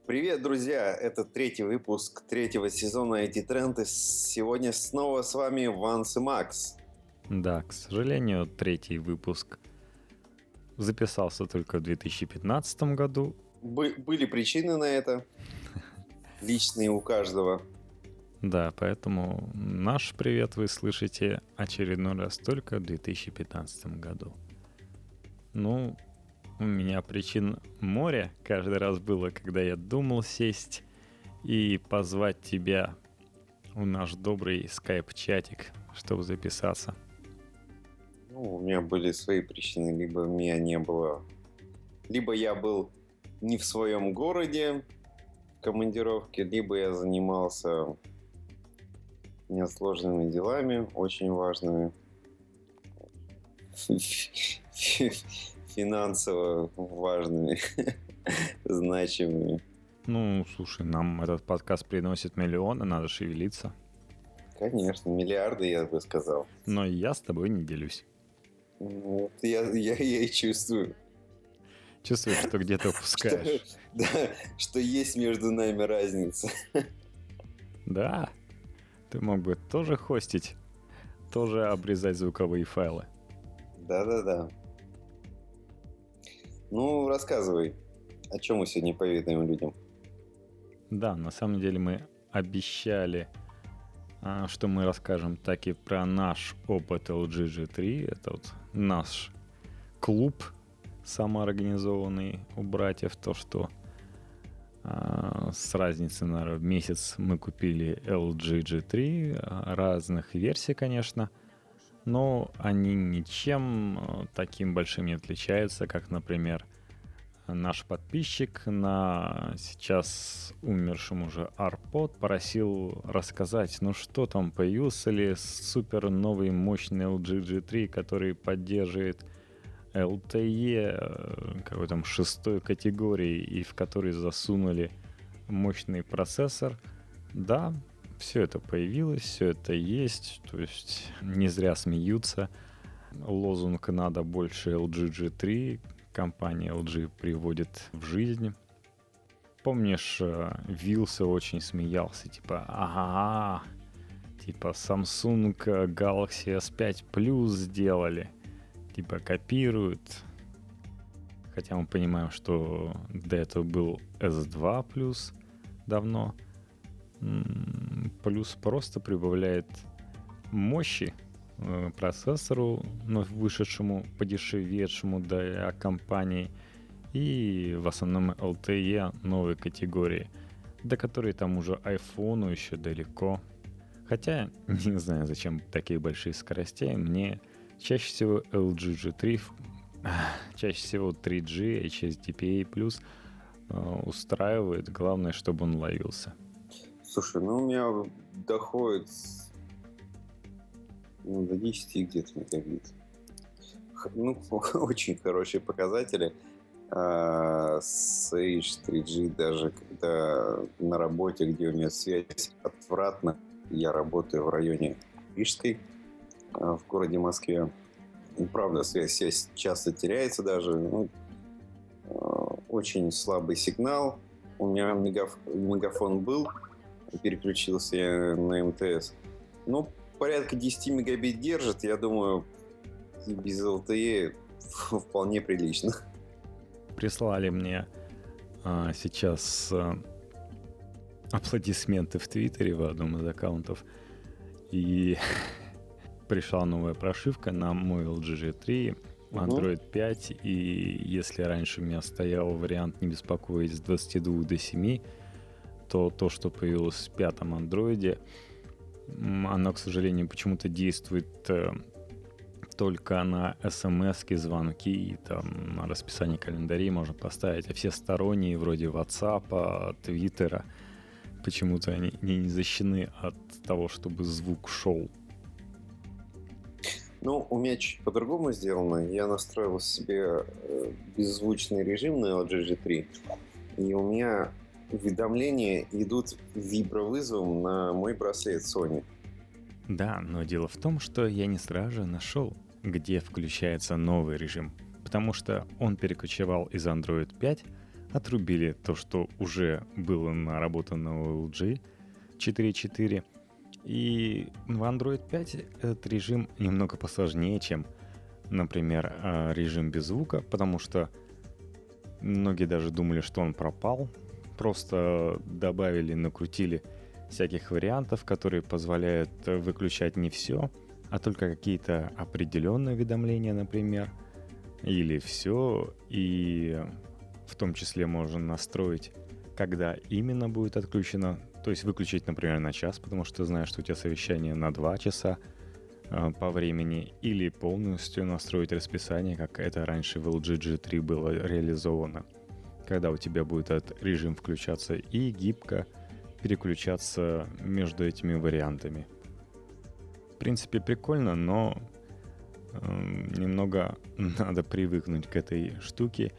Привет, друзья! Это третий выпуск третьего сезона IT Trend. И сегодня снова с вами Ванс и Макс. Да, к сожалению, третий выпуск записался только в 2015 году. Были причины на это, личные у каждого. Да, поэтому наш привет вы слышите очередной раз только в 2015 году. Ну, у меня причин море каждый раз было, когда я думал сесть и позвать тебя в наш добрый скайп-чатик, чтобы записаться. Ну, у меня были свои причины. Либо меня не было, либо я был не в своем городе в командировке, либо я занимался неотложными делами, очень важными, финансово важными, значимыми. Ну, слушай, нам этот подкаст приносит миллионы, надо шевелиться. Конечно, миллиарды, я бы сказал. Но я с тобой не делюсь. Вот я и чувствую. Чувствую, что где-то упускаешь. Да, что есть между нами разница. Да, ты мог бы тоже хостить, тоже обрезать звуковые файлы. Да. Ну, рассказывай, о чем мы сегодня поведаем людям. Да, на самом деле мы обещали, что мы расскажем так и про наш опыт LG G3. Это вот наш клуб самоорганизованный у братьев. То, что с разницей, наверное, в месяц мы купили LG G3 разных версий, конечно. Но они ничем таким большим не отличаются, как, например, наш подписчик на сейчас умершем уже AirPod просил рассказать, ну что там, появился ли супер новый мощный LG G3, который поддерживает LTE какой там 6 категории и в который засунули мощный процессор. Да, все это появилось, все это есть, то есть не зря смеются. Лозунг «надо больше LG G3» компания LG приводит в жизнь. Помнишь, Вилса очень смеялся, типа, ага, типа Samsung Galaxy S5 Plus сделали, типа копируют. Хотя мы понимаем, что до этого был S2 Plus давно. Плюс просто прибавляет мощи процессору, но вышедшему, подешевевшему для компании, и в основном LTE новой категории, до которой там уже айфону еще далеко. Хотя не знаю, зачем такие большие скоростей. Мне чаще всего LG G3, чаще всего 3G, HSDPA+, устраивает. Главное, чтобы он ловился. Слушай, ну у меня доходит до 10 где-то мегабит. Ну, очень хорошие показатели. С H3G даже когда на работе, где у меня связь отвратна, я работаю в районе Рижской, в городе Москве. И, правда, связь часто теряется даже. Ну, очень слабый сигнал. У меня мегафон был, переключился я на МТС. Ну, порядка 10 мегабит держит, я думаю, без LTE вполне прилично. Прислали мне сейчас аплодисменты в Твиттере в одном из аккаунтов. И пришла новая прошивка на мой LG G3, Android 5. И если раньше у меня стоял вариант не беспокоить с 22 до 7, то, что появилось в пятом андроиде, оно, к сожалению, почему-то действует только на смс-ки, звонки, и там на расписание календарей можно поставить, а все сторонние, вроде WhatsApp, Твиттера, почему-то они не защищены от того, чтобы звук шел. Ну, у меня чуть по-другому сделано. Я настроил себе беззвучный режим на LG G3, и у меня уведомления идут вибровызовом на мой браслет Sony. Да, но дело в том, что я не сразу же нашел, где включается новый режим, потому что он перекочевал из Android 5 отрубили то, что уже было наработано в LG 4.4. И в Android 5 этот режим немного посложнее, чем, например, режим без звука, потому что многие даже думали, что он пропал. Просто добавили, накрутили всяких вариантов, которые позволяют выключать не все, а только какие-то определенные уведомления, например, или все, и в том числе можно настроить, когда именно будет отключено, то есть выключить, например, на час, потому что ты знаешь, что у тебя совещание на 2 часа по времени, или полностью настроить расписание, как это раньше в LG G3 было реализовано, когда у тебя будет этот режим включаться и гибко переключаться между этими вариантами. В принципе, прикольно, но немного надо привыкнуть к этой штуке.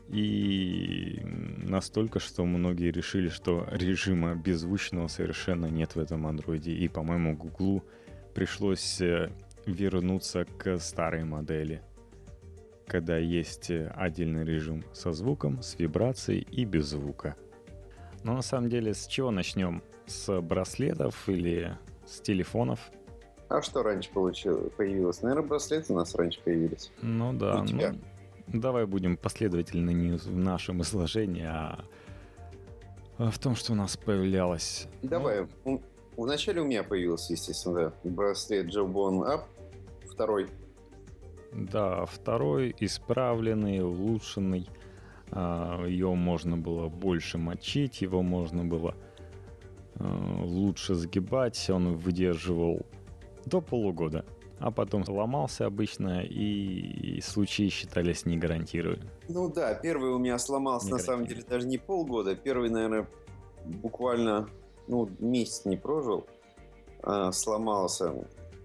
И настолько, что многие решили, что режима беззвучного совершенно нет в этом андроиде. И, по-моему, Гуглу пришлось вернуться к старой модели, когда есть отдельный режим со звуком, с вибрацией и без звука. Но на самом деле, с чего начнем? С браслетов или с телефонов? А что раньше появилось? Наверное, браслеты у нас раньше появились. Ну да. У тебя? Давай будем последовательны не в нашем изложении, а в том, что у нас появлялось. Давай. Вначале у меня появился, естественно, да, браслет Jawbone Up 2. Да, второй исправленный, улучшенный. Его можно было больше мочить, его можно было лучше сгибать. Он выдерживал до полугода, а потом сломался обычно, и случаи считались не гарантируемыми. Ну да, первый у меня сломался, на самом деле, даже не полгода. Первый, наверное, буквально месяц не прожил, сломался.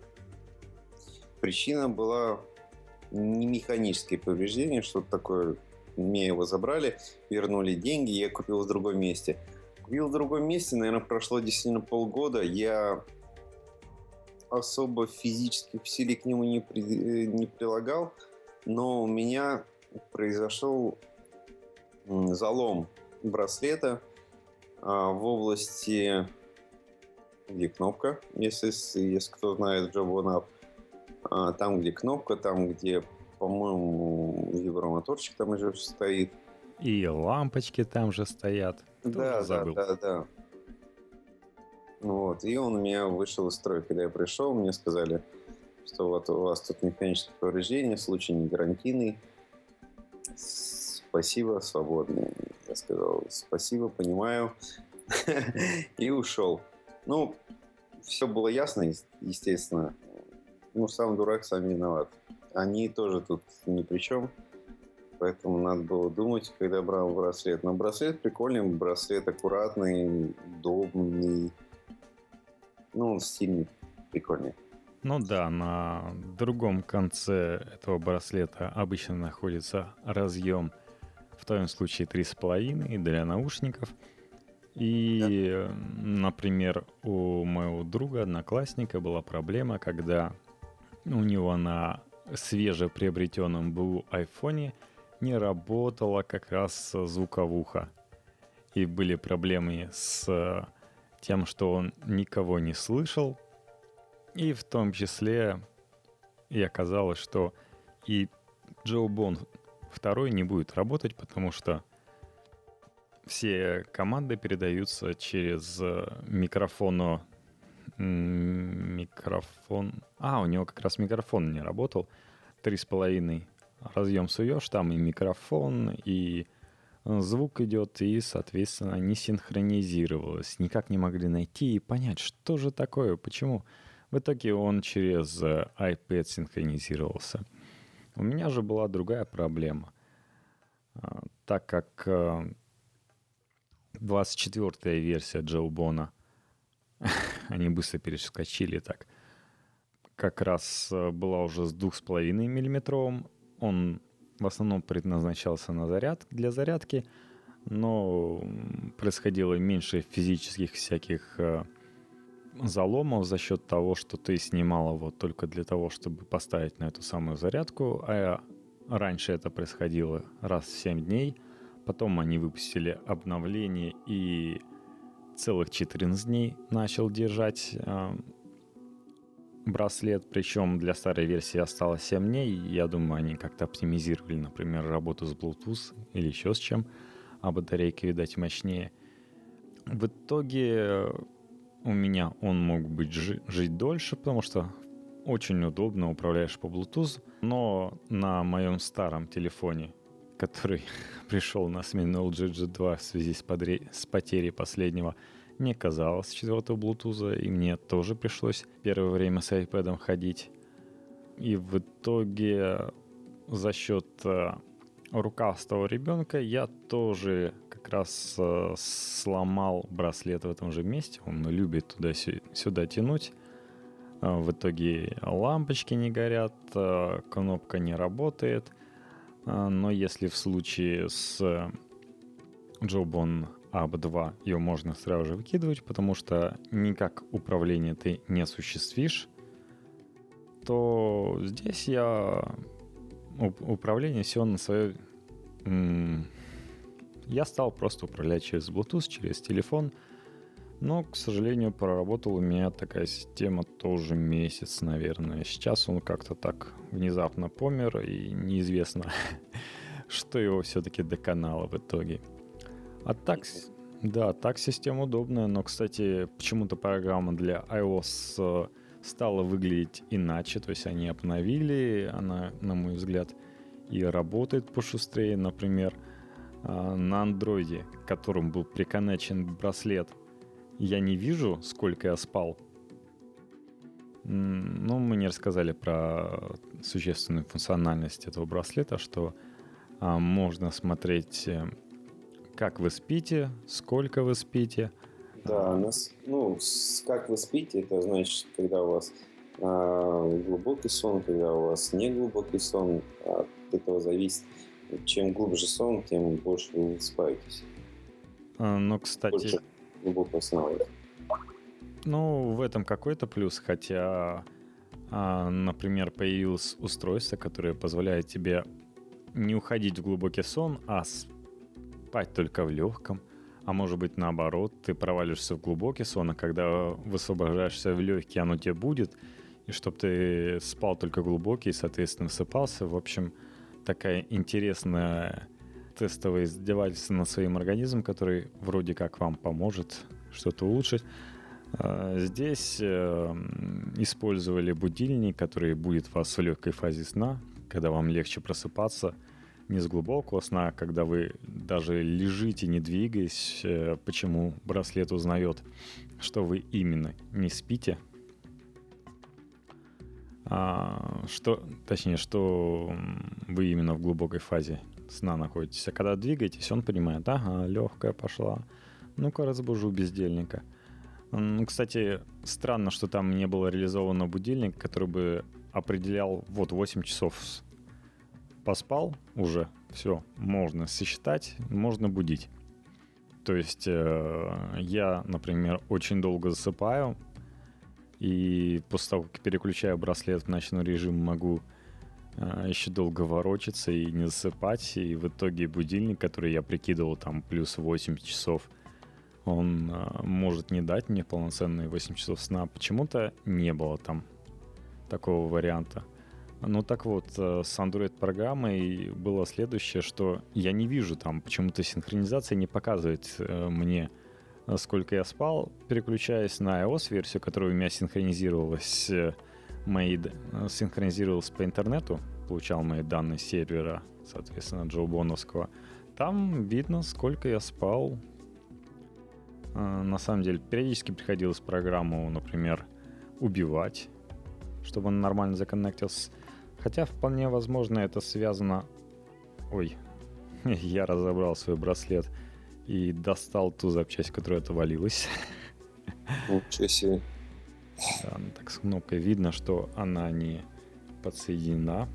Причина была не механическое повреждение, что-то такое. Мне его забрали, вернули деньги, я купил в другом месте. Купил в другом месте, наверное, прошло действительно полгода. Я особо физических усилий к нему не прилагал, но у меня произошел залом браслета в области, где кнопка, если кто знает Jawbone Up, там, где кнопка, там, где, по-моему, вибромоторчик там уже стоит. И лампочки там же стоят. Да. Вот, и он у меня вышел из строя. Когда я пришел, мне сказали, что вот у вас тут механическое повреждение, случай не гарантийный. Спасибо, свободный. Я сказал, спасибо, понимаю. И ушел. Ну, все было ясно, естественно. Сам дурак, сам виноват. Они тоже тут ни при чем. Поэтому надо было думать, когда брал браслет. Но браслет прикольный, браслет аккуратный, удобный. Он стильный, прикольный. Ну да, на другом конце этого браслета обычно находится разъем, в твоем случае 3,5 для наушников. И, например, у моего друга, одноклассника была проблема, когда у него на свежеприобретенном БУ айфоне не работала как раз звуковуха. И были проблемы с тем, что он никого не слышал. И в том числе и оказалось, что и Jawbone 2 не будет работать, потому что все команды передаются через микрофон. У него как раз микрофон не работал. 3,5 разъем суешь, там и микрофон, и звук идет, и, соответственно, не синхронизировалось. Никак не могли найти и понять, что же такое, почему. В итоге он через iPad синхронизировался. У меня же была другая проблема. Так как 24-я версия Jawbone, они быстро перескочили так, как раз была уже с 2,5 мм. Он в основном предназначался для зарядки, но происходило меньше физических всяких заломов за счет того, что ты снимал его только для того, чтобы поставить на эту самую зарядку, а раньше это происходило раз в 7 дней, Потом они выпустили обновление и целых 14 дней начал держать браслет. Причем для старой версии осталось 7 дней. Я думаю, они как-то оптимизировали, например, работу с Bluetooth или еще с чем. А батарейка, видать, мощнее. В итоге у меня он мог быть жить дольше, потому что очень удобно управляешь по Bluetooth. Но на моем старом телефоне, который пришел на смену LG G2 в связи с потерей последнего, не оказалось 4-го Bluetooth, и мне тоже пришлось первое время с iPad ходить. И в итоге за счет рукастого ребенка я тоже как раз сломал браслет в этом же месте. Он любит туда-сюда тянуть. В итоге лампочки не горят, кнопка не работает. Но если в случае с Jawbone AB 2 ее можно сразу же выкидывать, потому что никак управление ты не осуществишь, то здесь я управление все на свое... Я стал просто управлять через Bluetooth, через телефон. Но, к сожалению, проработала у меня такая система тоже месяц, наверное. Сейчас он как-то так внезапно помер, и неизвестно, что его все-таки доконало в итоге. А так, да, так система удобная, но, кстати, почему-то программа для iOS стала выглядеть иначе, то есть они обновили, она, на мой взгляд, и работает пошустрее. Например, на андроиде, к которому был приконнечен браслет, я не вижу, сколько я спал. Ну, мы не рассказали про существенную функциональность этого браслета, что можно смотреть, как вы спите, сколько вы спите. Да, как вы спите, это значит, когда у вас глубокий сон, когда у вас не глубокий сон. От этого зависит. Чем глубже сон, тем больше вы высыпаетесь. Но, кстати... Больше глубокого сна. Ну, в этом какой-то плюс, хотя, например, появилось устройство, которое позволяет тебе не уходить в глубокий сон, а спать только в легком. А может быть, наоборот, ты провалишься в глубокий сон, а когда высвобождаешься в легкий, оно тебе будет, и чтобы ты спал только глубокий и, соответственно, высыпался. В общем, такая интересная тестовое издевательство над своим организмом, который вроде как вам поможет что-то улучшить. Здесь использовали будильник, который будет вас в легкой фазе сна, когда вам легче просыпаться. Не с глубокого сна, когда вы даже лежите, не двигаясь. Почему браслет узнает, что вы именно не спите. Что вы именно в глубокой фазе сна находитесь. А когда двигаетесь, он понимает, ага, легкая пошла. Ну-ка, разбужу бездельника. Кстати, странно, что там не было реализовано будильник, который бы определял, вот 8 часов поспал уже, все, можно сосчитать, можно будить. То есть я, например, очень долго засыпаю, и после того, как переключаю браслет в ночной режим, могу еще долго ворочаться и не засыпать. И в итоге будильник, который я прикидывал там плюс 8 часов, он может не дать мне полноценные 8 часов сна. Почему-то не было там такого варианта. Ну так вот, с Android-программой было следующее, что я не вижу там, почему-то синхронизация не показывает мне, сколько я спал, переключаясь на iOS-версию, которая у меня синхронизировалась по интернету, получал мои данные с сервера, соответственно, Jawbone-овского. Там видно, сколько я спал. На самом деле, периодически приходилось программу, например, убивать, чтобы он нормально законнектился. Хотя, вполне возможно, это связано... Ой, я разобрал свой браслет и достал ту запчасть, которая отвалилась. Ничего себе. Да, так с кнопкой видно, что она не подсоединена.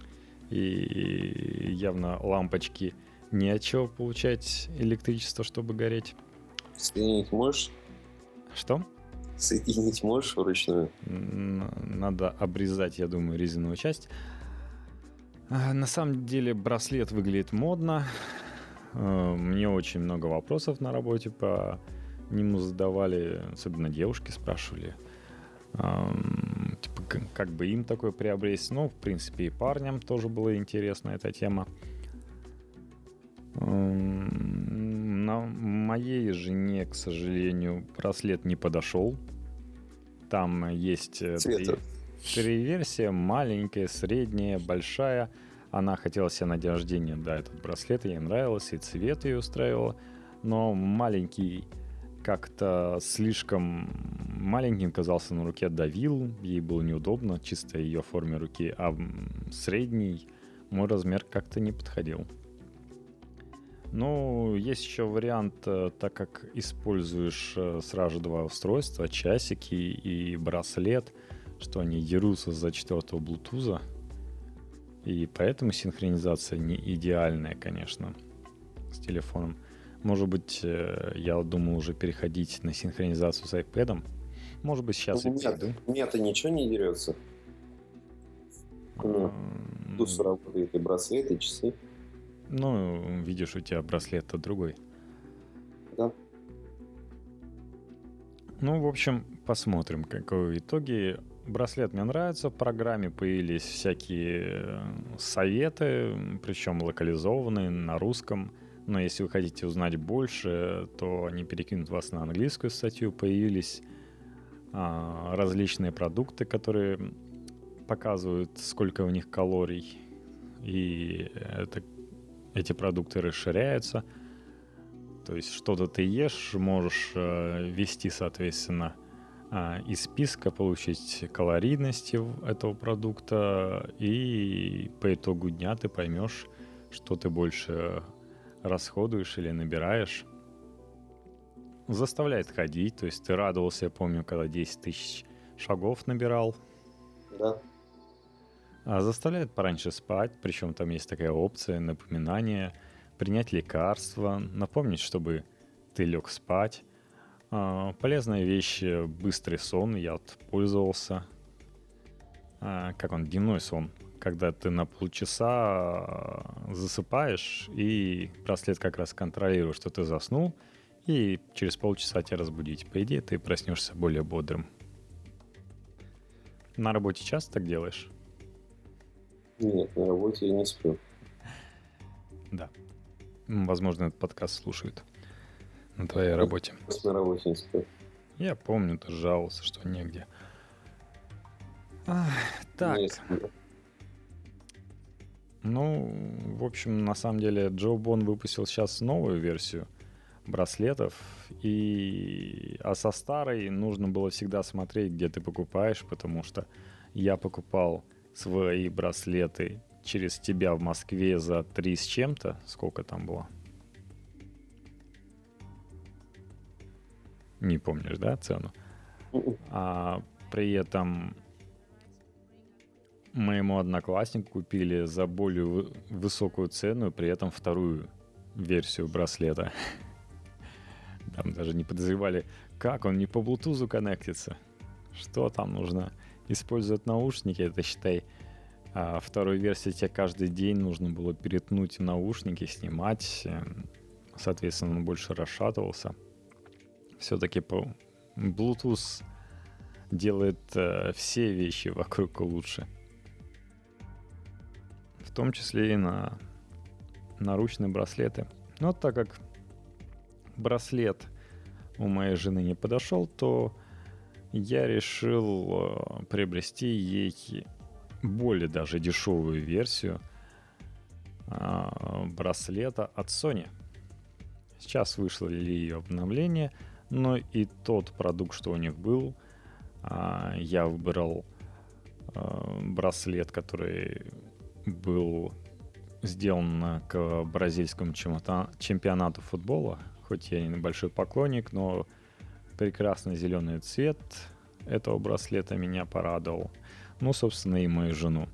И явно лампочки не от чего получать электричество, чтобы гореть. Соединить можешь? Что? Соединить можешь вручную? Надо обрезать, я думаю, резиновую часть. На самом деле браслет выглядит модно. Мне очень много вопросов на работе по нему задавали, особенно девушки спрашивали, типа, как бы им такое приобрести. Ну, в принципе, и парням тоже была интересна эта тема. На моей жене, к сожалению, браслет не подошел. Там есть три версии: маленькая, средняя, большая. Она хотела себе на день рождения, да, этот браслет, ей нравился, и цвет ее устраивал. Но маленький как-то слишком маленьким казался на руке, давил, ей было неудобно, чисто ее форме руки, а средний мой размер как-то не подходил. Ну, есть еще вариант, так как используешь сразу два устройства, часики и браслет, что они дерутся за 4-го Bluetooth, и поэтому синхронизация не идеальная, конечно, с телефоном. Может быть, я думал уже переходить на синхронизацию с iPad. Может быть, сейчас и перейду. Нет, ничего не дерется. Bluetooth работает и браслет, и часы. Ну, видишь, у тебя браслет-то другой. Да. Ну, в общем, посмотрим, каковы итоги. Браслет мне нравится. В программе появились всякие советы, причем локализованные на русском. Но если вы хотите узнать больше, то они перекинут вас на английскую статью. Появились различные продукты, которые показывают, сколько у них калорий. И эти продукты расширяются. То есть что-то ты ешь, можешь ввести, соответственно, из списка, получить калорийность этого продукта, и по итогу дня ты поймешь, что ты больше расходуешь или набираешь. Заставляет ходить, то есть ты радовался, я помню, когда 10 тысяч шагов набирал. Да. А заставляет пораньше спать, причем там есть такая опция, напоминание, принять лекарства, напомнить, чтобы ты лег спать. Полезная вещь — быстрый сон, я вот пользовался. Как он, дневной сон, когда ты на полчаса засыпаешь, и браслет как раз контролирует, что ты заснул, и через полчаса тебя разбудить. По идее, ты проснешься более бодрым. На работе часто так делаешь? Нет, на работе я не сплю. Да. Возможно, этот подкаст слушают на твоей работе. На работе не сплю. Я помню, ты жаловался, что негде. Так. Ну, в общем, на самом деле, Jawbone выпустил сейчас новую версию браслетов, а со старой нужно было всегда смотреть, где ты покупаешь, потому что я покупал свои браслеты через тебя в Москве за 3 с чем-то. Сколько там было? Не помнишь, да, цену? А при этом моему однокласснику купили за более высокую цену, при этом вторую версию браслета. Там даже не подозревали, как он не по Bluetooth коннектится. Что там нужно использовать наушники, это, считай, второй версии тебе каждый день нужно было перетнуть наушники, снимать. Соответственно, он больше расшатывался. Все-таки Bluetooth делает все вещи вокруг лучше. В том числе и на наручные браслеты. Но так как браслет у моей жены не подошел, то я решил приобрести ей более даже дешевую версию браслета от Sony. Сейчас вышло ее обновление, но и тот продукт, что у них был, я выбрал браслет, который был сделан к бразильскому чемпионату футбола. Хоть я не большой поклонник, но прекрасный зеленый цвет этого браслета меня порадовал. Ну, собственно, и мою жену.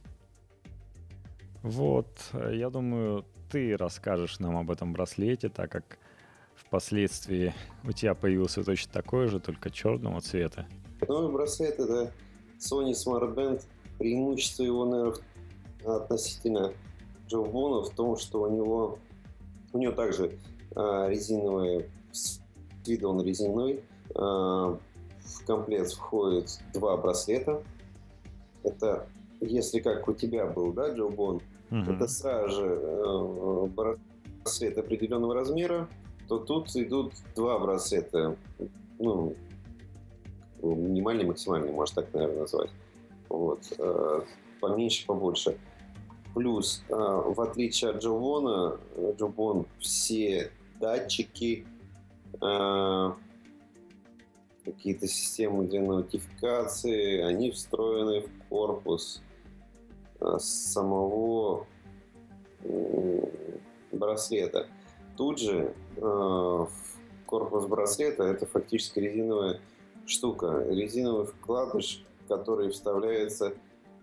Вот, я думаю, ты расскажешь нам об этом браслете, так как впоследствии у тебя появился точно такой же, только черного цвета. Новый браслет — это Sony Smart Band. Преимущество его, наверное, относительно Jawbone в том, что у него У него также резиновые, с виду он резиновый. В комплект входит 2 браслета. Это, если как у тебя был, да, Jawbone, это сразу же браслет определенного размера, то тут идут 2 браслета. Ну, минимальный, максимальный, можно так, наверное, назвать. Вот. Поменьше, побольше. Плюс, в отличие от Jawbone все датчики, какие-то системы для нотификации, они встроены в корпус самого браслета. Тут же корпус браслета — это фактически резиновая штука, резиновый вкладыш, в который вставляется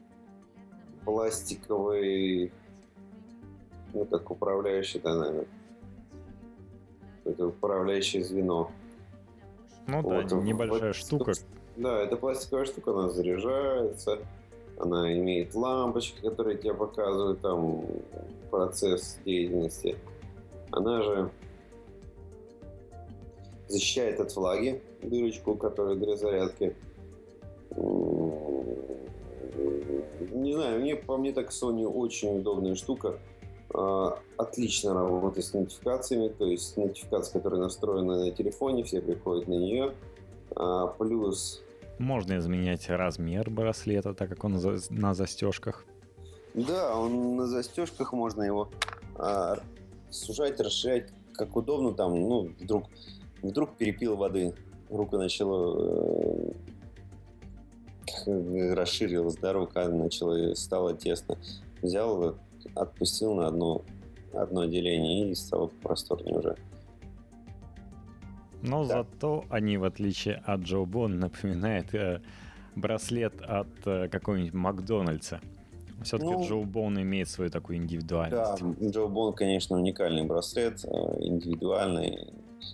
пластиковый, ну, как управляющий, да, наверное, это управляющее звено. Ну вот, да, небольшая штука. Да, это пластиковая штука, она заряжается, она имеет лампочки, которые тебе показывают там процесс деятельности. Она же защищает от влаги дырочку, которая для зарядки. Не знаю, по мне так Sony очень удобная штука. Отлично работает с нотификациями, то есть нотификации, которые настроены на телефоне, все приходят на нее. Плюс... Можно изменять размер браслета, так как он на застежках. Да, он на застежках, можно его сужать, расширять, как удобно. Там, ну, вдруг перепил воды, рука начала расширилась, да, рука стало тесно. Взял, отпустил на одно отделение и стало просторнее уже. Но да. Зато они, в отличие от Jawbone, напоминают браслет от какого-нибудь Макдональдса. Все-таки Jawbone имеет свою такую индивидуальность. Да, Jawbone, конечно, уникальный браслет, индивидуальный.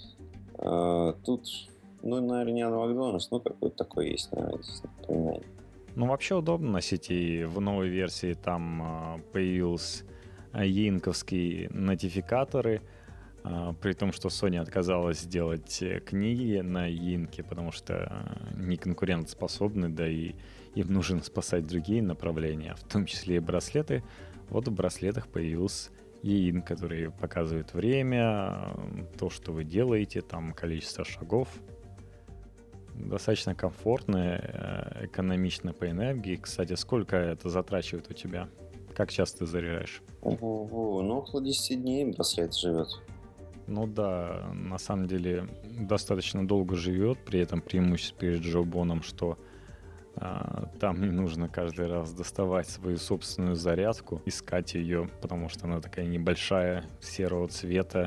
Тут, наверное, не от Макдональдс, какой-то такой есть, наверное, здесь напоминание. Ну, вообще удобно носить, и в новой версии там появился еинковские нотификаторы, при том, что Sony отказалась сделать книги на еинке, потому что не конкурентоспособны, да и им нужно спасать другие направления, в том числе и браслеты. Вот в браслетах появился еинк, который показывает время, то, что вы делаете, там количество шагов. Достаточно комфортно, экономично по энергии. Кстати, сколько это затрачивает у тебя? Как часто ты заряжаешь? Около 10 дней браслет живет. Ну да, на самом деле достаточно долго живет, при этом преимущество перед Jawbone, что там не нужно каждый раз доставать свою собственную зарядку, искать ее, потому что она такая небольшая, серого цвета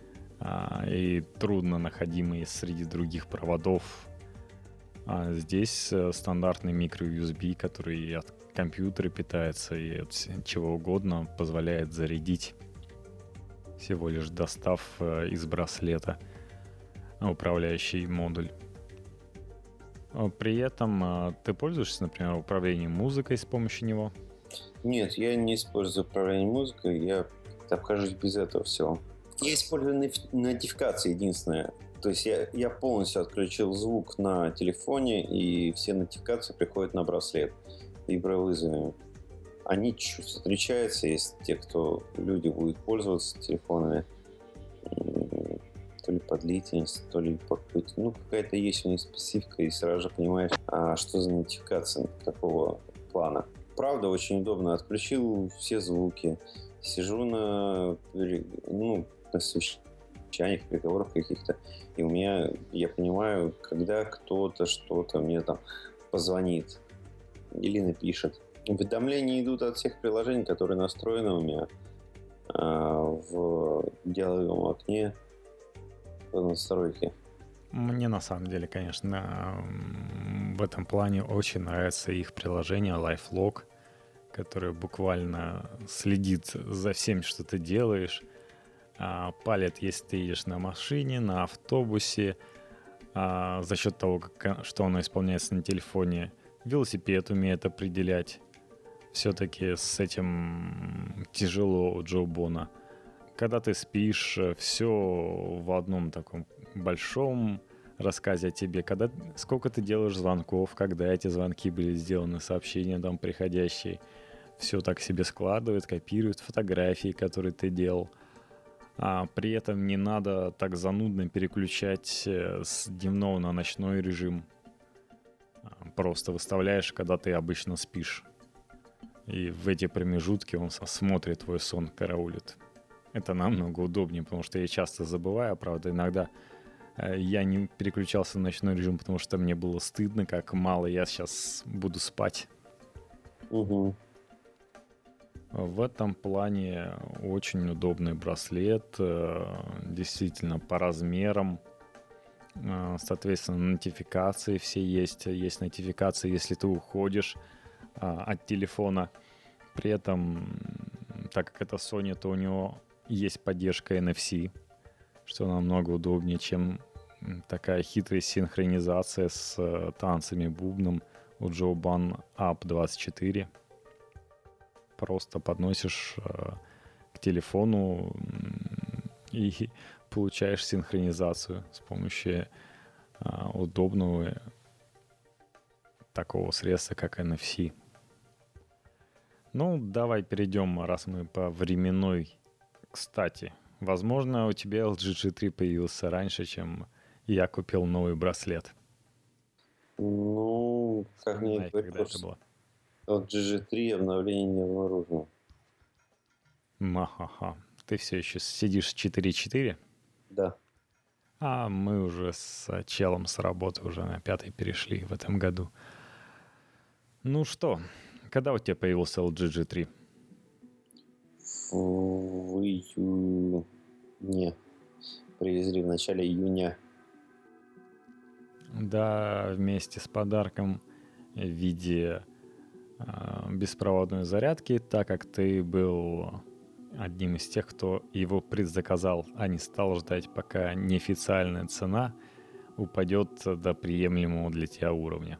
и трудно находимая среди других проводов. А здесь стандартный микро-USB, который и от компьютера питается, и от чего угодно позволяет зарядить, всего лишь достав из браслета управляющий модуль. При этом ты пользуешься, например, управлением музыкой с помощью него? Нет, я не использую управление музыкой, я обхожусь без этого всего. Я использую нотификации единственное. То есть я полностью отключил звук на телефоне, и все нотификации приходят на браслет. Вибровызовы. Они чуть-чуть отличаются, если люди будут пользоваться телефонами. То ли по длительности, то ли по какой-то... какая-то есть у них специфика, и сразу же понимаешь, что за нотификация, какого плана. Правда, очень удобно. Отключил все звуки. Сижу на совещаниях, переговорах каких-то, и я понимаю, когда кто-то что-то мне там позвонит или напишет. Уведомления идут от всех приложений, которые настроены у меня в диалоговом окне в настройке. Мне на самом деле, конечно, в этом плане очень нравится их приложение LifeLog, которое буквально следит за всем, что ты делаешь. Палит, если ты едешь на машине, на автобусе, за счет того, что оно исполняется на телефоне. Велосипед умеет определять. Все-таки с этим тяжело у Jawbone. когда ты спишь, все в одном таком большом рассказе о тебе, сколько ты делаешь звонков, когда эти звонки были сделаны, сообщения там приходящие, все так себе складывает, копирует фотографии, которые ты делал. А при этом не надо так занудно переключать с дневного на ночной режим. Просто выставляешь, когда ты обычно спишь. И в эти промежутки он смотрит твой сон, караулит. Это намного удобнее, потому что я часто забываю, правда, иногда я не переключался на ночной режим, потому что мне было стыдно, как мало я сейчас буду спать. Угу. В этом плане очень удобный браслет, действительно по размерам. Соответственно, нотификации все есть. Есть нотификации, если ты уходишь от телефона. При этом, так как это Sony, то у него есть поддержка NFC, что намного удобнее, чем такая хитрая синхронизация с танцами бубном у Joe Bun Up 24. Просто подносишь к телефону и получаешь синхронизацию с помощью удобного такого средства, как NFC. Ну, давай перейдем, раз мы по временной. Кстати, возможно, у тебя LG G3 появился раньше, чем я купил новый браслет. Ну, как мне Вспоминай, когда это было. LG G3 обновление не обнаружено. Ха-ха. Ты все еще сидишь с 4.4? Да. А мы уже с челом с работы уже на 5 перешли в этом году. Ну что, когда у тебя появился LG G3? В июне. Привезли в начале июня. Да, вместе с подарком в виде беспроводной зарядки, так как ты был одним из тех, кто его предзаказал, а не стал ждать, пока неофициальная цена упадет до приемлемого для тебя уровня.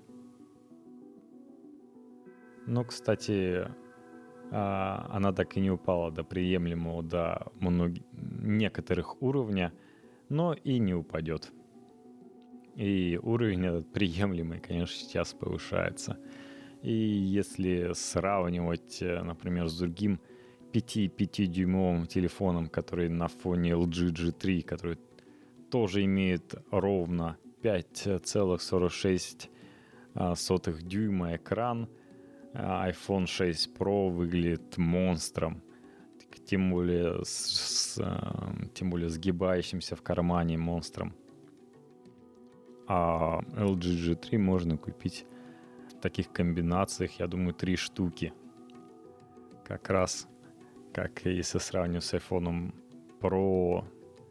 Ну, кстати, она так и не упала до приемлемого, до некоторых уровня, но и не упадет. И уровень этот приемлемый, конечно, сейчас повышается. И если сравнивать, например, с другим 5,5-дюймовым телефоном, который на фоне LG G3, который тоже имеет ровно 5,46 дюйма экран, iPhone 6 Pro выглядит монстром, тем более сгибающимся в кармане монстром. А LG G3 можно купить в таких комбинациях, я думаю, 3 штуки. Как раз, как если сравнивать с iPhone Pro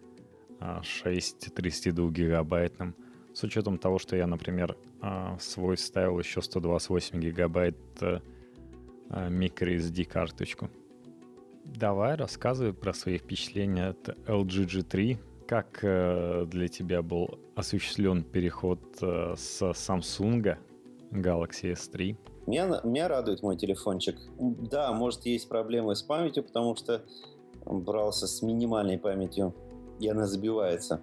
6 32 гигабайтным. С учетом того, что я, например, свой вставил еще 128 гигабайт microSD карточку. Давай, рассказывай про свои впечатления от LG G3. Как для тебя был осуществлен переход с Samsung Galaxy S3? Меня радует мой телефончик. Да, может, есть проблемы с памятью, потому что брался с минимальной памятью, и она забивается.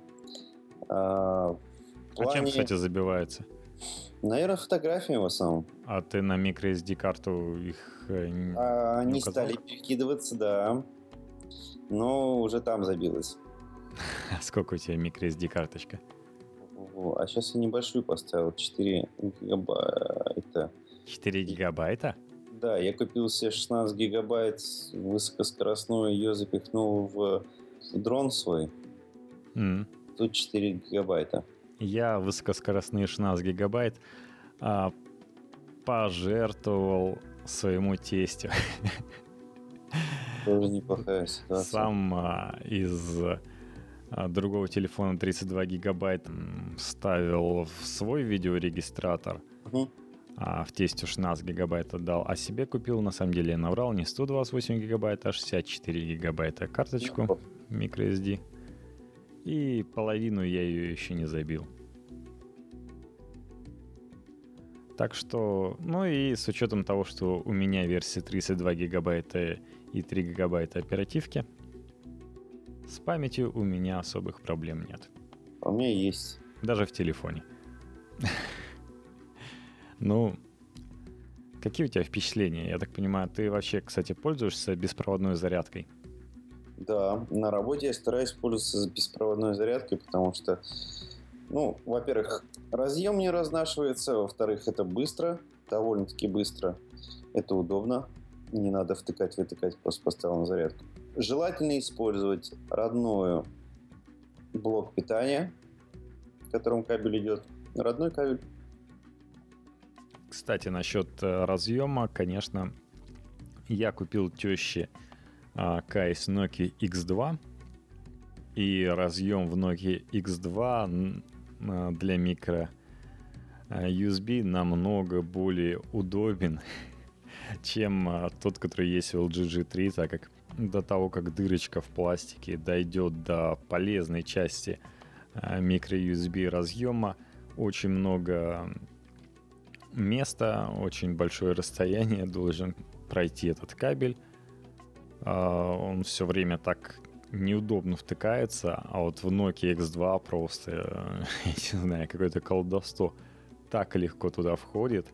Чем, кстати, забивается? Наверное, фотографиями в основном. А ты на microSD-карту их Они стали перекидываться, да. Но уже там забилось. Сколько у тебя microSD-карточка? А сейчас я небольшую поставил, 4 гигабайта. 4 гигабайта? Да, я купил себе 16 гигабайт высокоскоростную, ее запихнул в дрон свой. Тут 4 гигабайта. Я высокоскоростные 16 гигабайт пожертвовал своему тестю. Тоже неплохая ситуация. Сам из другого телефона 32 гигабайт вставил в свой видеорегистратор, а в тестю 16 гигабайт отдал, а себе купил, на самом деле я наврал, не 128 гигабайт, а 64 гигабайта карточку microSD. И половину я ее еще не забил. Так что, ну и с учетом того, что у меня версия 32 гигабайта и 3 гигабайта оперативки, С памятью у меня особых проблем нет. У меня есть. Даже в телефоне. Ну, какие у тебя впечатления? Я так понимаю, ты вообще, кстати, пользуешься беспроводной зарядкой? Да, на работе я стараюсь пользоваться беспроводной зарядкой, потому что, ну, во-первых, разъем не разнашивается, во-вторых, это быстро, довольно-таки быстро, это удобно, не надо втыкать, просто поставил на зарядку. Желательно использовать родной блок питания, в котором кабель идет, родной кабель. Кстати, насчет разъема, конечно, я купил теще кейс Nokia X2, и разъем в Nokia X2 для микро USB намного более удобен, чем тот, который есть в LG G3, так как до того, как дырочка в пластике дойдет до полезной части микро-USB разъема, очень много места, очень большое расстояние должен пройти этот кабель. Он все время так неудобно втыкается, а вот в Nokia X2 просто, я не знаю, какое-то колдовство так легко туда входит.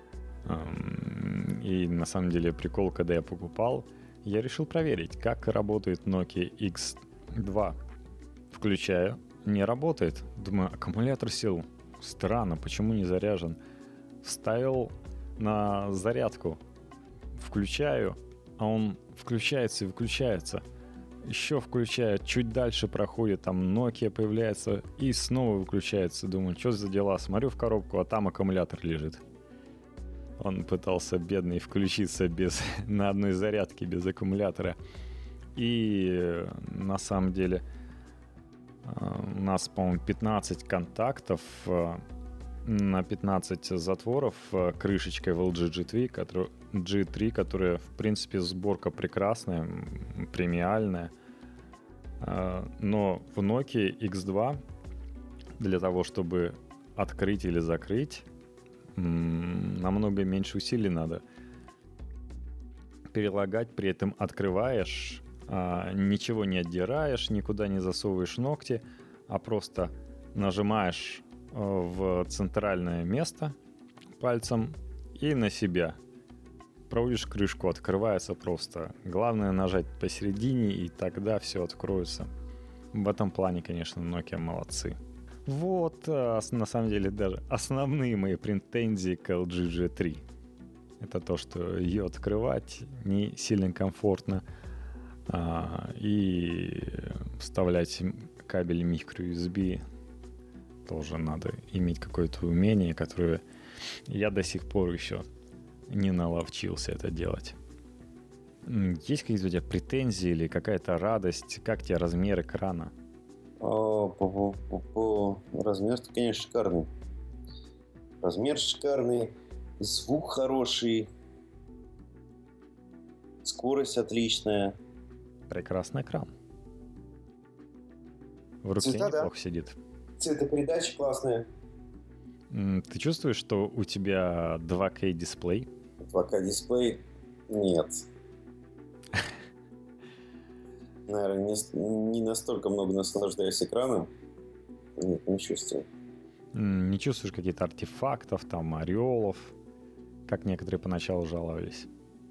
И на самом деле прикол, когда я покупал, я решил проверить, как работает Nokia X2. Включаю, не работает. Думаю, аккумулятор сел. Странно, почему не заряжен? Вставил на зарядку, включаю, а он включается и выключается. Еще включает, чуть дальше проходит, там Nokia появляется и снова выключается. Думаю, что за дела? Смотрю в коробку, а там аккумулятор лежит. Он пытался, бедный, включиться на одной зарядке без аккумулятора. И на самом деле у нас, по-моему, 15 контактов на 15 затворов крышечкой в LG G3, которая, в принципе, сборка прекрасная, премиальная. Но в Nokia X2 для того, чтобы открыть или закрыть, намного меньше усилий надо. Перелагать, при этом открываешь, ничего не отдираешь, никуда не засовываешь ногти, а просто нажимаешь в центральное место пальцем и на себя. Проводишь крышку, открывается просто. Главное нажать посередине, и тогда все откроется. В этом плане, конечно, Nokia молодцы. Вот, на самом деле, даже основные мои претензии к LG G3. Это то, что ее открывать не сильно комфортно. И вставлять кабель microUSB тоже надо иметь какое-то умение, которое я до сих пор еще не наловчился это делать. Есть какие-то у тебя претензии или какая-то радость? Как тебе размер экрана? Размер-то, конечно, шикарный. Размер шикарный, звук хороший, скорость отличная. Прекрасный экран. В руке Цвета, неплохо да. Сидит. Цветопередача классная. Ты чувствуешь, что у тебя 2К дисплей? 2К дисплей? Нет. Наверное, не настолько много наслаждаюсь экраном. Нет, не чувствую. Не чувствуешь каких-то артефактов, там, ореолов, как некоторые поначалу жаловались?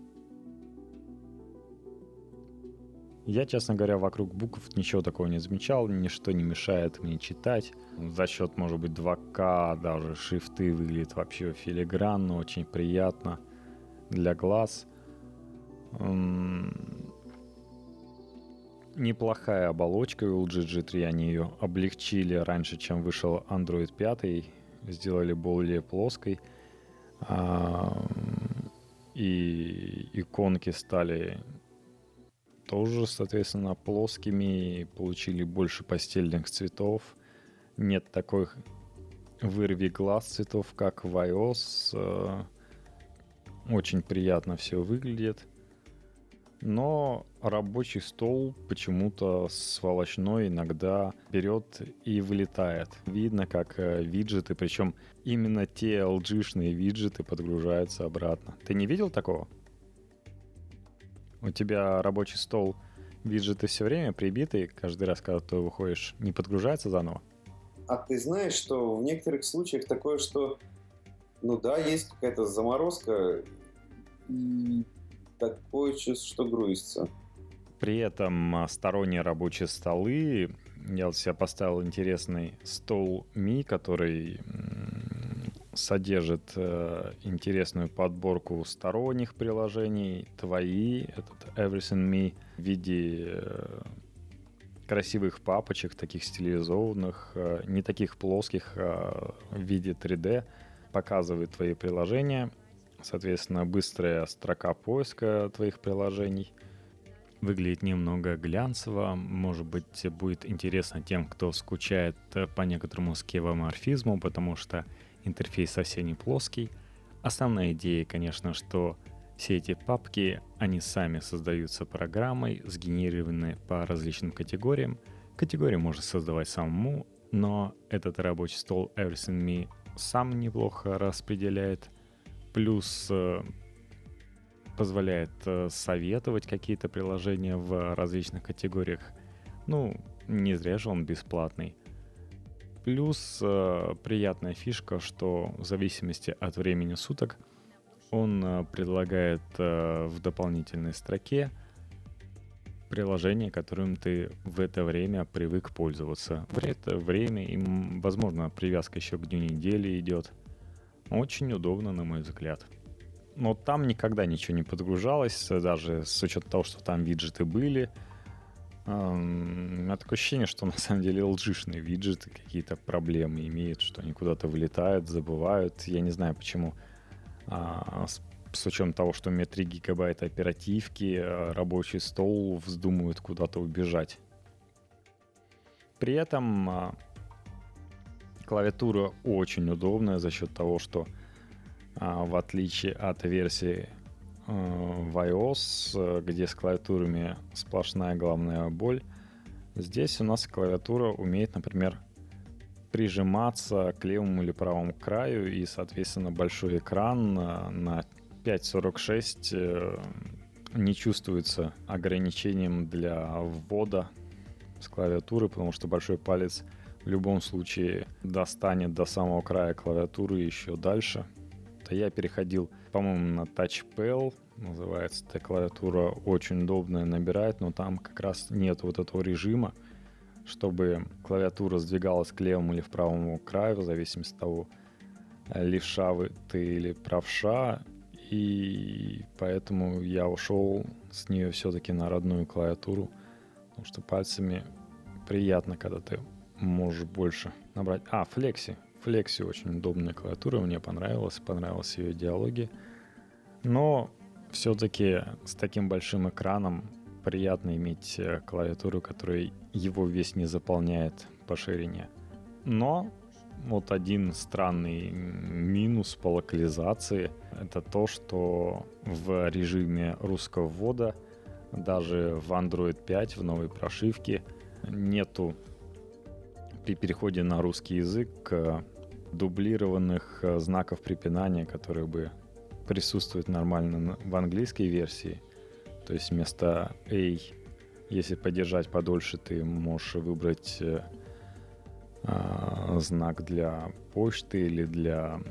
Я, честно говоря, вокруг букв ничего такого не замечал, ничто не мешает мне читать. За счет, может быть, 2К даже шрифты выглядят вообще филигранно, очень приятно для глаз. Неплохая оболочка у LG G3, они ее облегчили раньше, чем вышел Android 5, сделали более плоской. И иконки стали тоже, соответственно, плоскими, получили больше пастельных цветов. Нет таких вырви глаз цветов, как в iOS. Очень приятно все выглядит. Но рабочий стол почему-то сволочной иногда берет и вылетает. Видно, как виджеты, причем именно те LG-шные виджеты подгружаются обратно. Ты не видел такого? У тебя рабочий стол Виджеты все время прибиты, каждый раз, когда ты выходишь, не подгружается заново? А ты знаешь, что в некоторых случаях такое, что, ну да, есть какая-то заморозка, и такое чувство, что грузится. При этом сторонние рабочие столы, я вот себе поставил интересный стол Ми, который содержит интересную подборку сторонних приложений, твои, этот Everything Me в виде красивых папочек, таких стилизованных, не таких плоских, а в виде 3D, показывает твои приложения, соответственно, быстрая строка поиска твоих приложений. Выглядит немного глянцево, может быть, будет интересно тем, кто скучает по некоторому скевоморфизму, потому что интерфейс совсем не плоский. Основная идея, конечно, что все эти папки, они сами создаются программой, сгенерированы по различным категориям. Категории можно создавать самому, но этот рабочий стол Everything Me сам неплохо распределяет. Плюс позволяет советовать какие-то приложения в различных категориях. Ну, не зря же он бесплатный. Плюс приятная фишка, что в зависимости от времени суток он предлагает в дополнительной строке приложение, которым ты в это время привык пользоваться. В это время им, возможно, привязка еще к дню недели идет. Очень удобно, на мой взгляд. Но там никогда ничего не подгружалось, даже с учетом того, что там виджеты были. У меня такое ощущение, что на самом деле LG-шные виджеты какие-то проблемы имеют, что они куда-то вылетают, забывают. Я не знаю, почему. С учетом того, что у меня 3 гигабайта оперативки, рабочий стол вздумают куда-то убежать. При этом клавиатура очень удобная за счет того, что в отличие от версии в iOS, где с клавиатурами сплошная головная боль, здесь у нас клавиатура умеет, например, прижиматься к левому или правому краю, и, соответственно, большой экран на 5.46 не чувствуется ограничением для ввода с клавиатуры, потому что большой палец в любом случае достанет до самого края клавиатуры и еще дальше. Я переходил, по-моему, на TouchPal, называется эта клавиатура, очень удобная, набирает, но там как раз нет вот этого режима, чтобы клавиатура сдвигалась к левому или в правому краю, в зависимости от того, левша ты или правша, и поэтому я ушел с нее все-таки на родную клавиатуру, потому что пальцами приятно, когда ты можешь больше набрать. Flexi очень удобная клавиатура, мне понравилась ее идеология. Но все-таки с таким большим экраном приятно иметь клавиатуру, которая его весь не заполняет по ширине. Но вот один странный минус по локализации — это то, что в режиме русского ввода даже в Android 5 в новой прошивке нету при переходе на русский язык дублированных знаков препинания, которые бы присутствуют нормально в английской версии. То есть вместо A, если подержать подольше, ты можешь выбрать знак для почты или для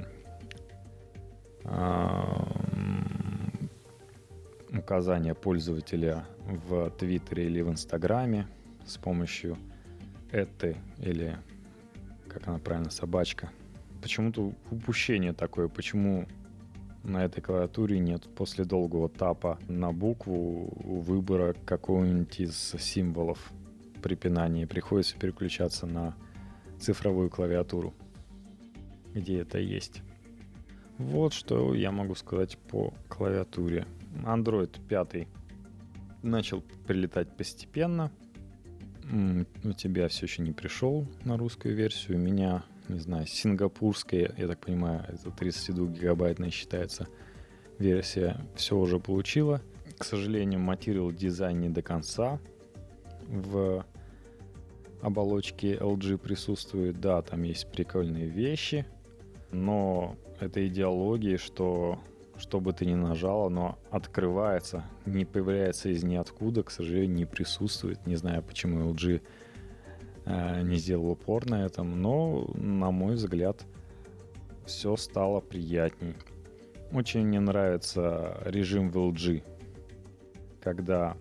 указания пользователя в Твиттере или в Инстаграме с помощью эты или, как она правильно, собачка. Почему-то упущение такое, почему на этой клавиатуре нет после долгого тапа на букву выбора какого-нибудь из символов препинания. Приходится переключаться на цифровую клавиатуру, где это есть. Вот что я могу сказать по клавиатуре. Android 5 начал прилетать постепенно. У тебя все еще не пришел на русскую версию. У меня, не знаю, сингапурская, я так понимаю, это 32-гигабайтная считается версия, все уже получила. К сожалению, Material Design не до конца в оболочке LG присутствует. Да, там есть прикольные вещи, но это идеология, что что бы ты ни нажал, оно открывается, не появляется из ниоткуда, к сожалению, не присутствует. Не знаю, почему LG не сделал упор на этом, но, на мой взгляд, все стало приятней. Очень мне нравится режим в LG, когда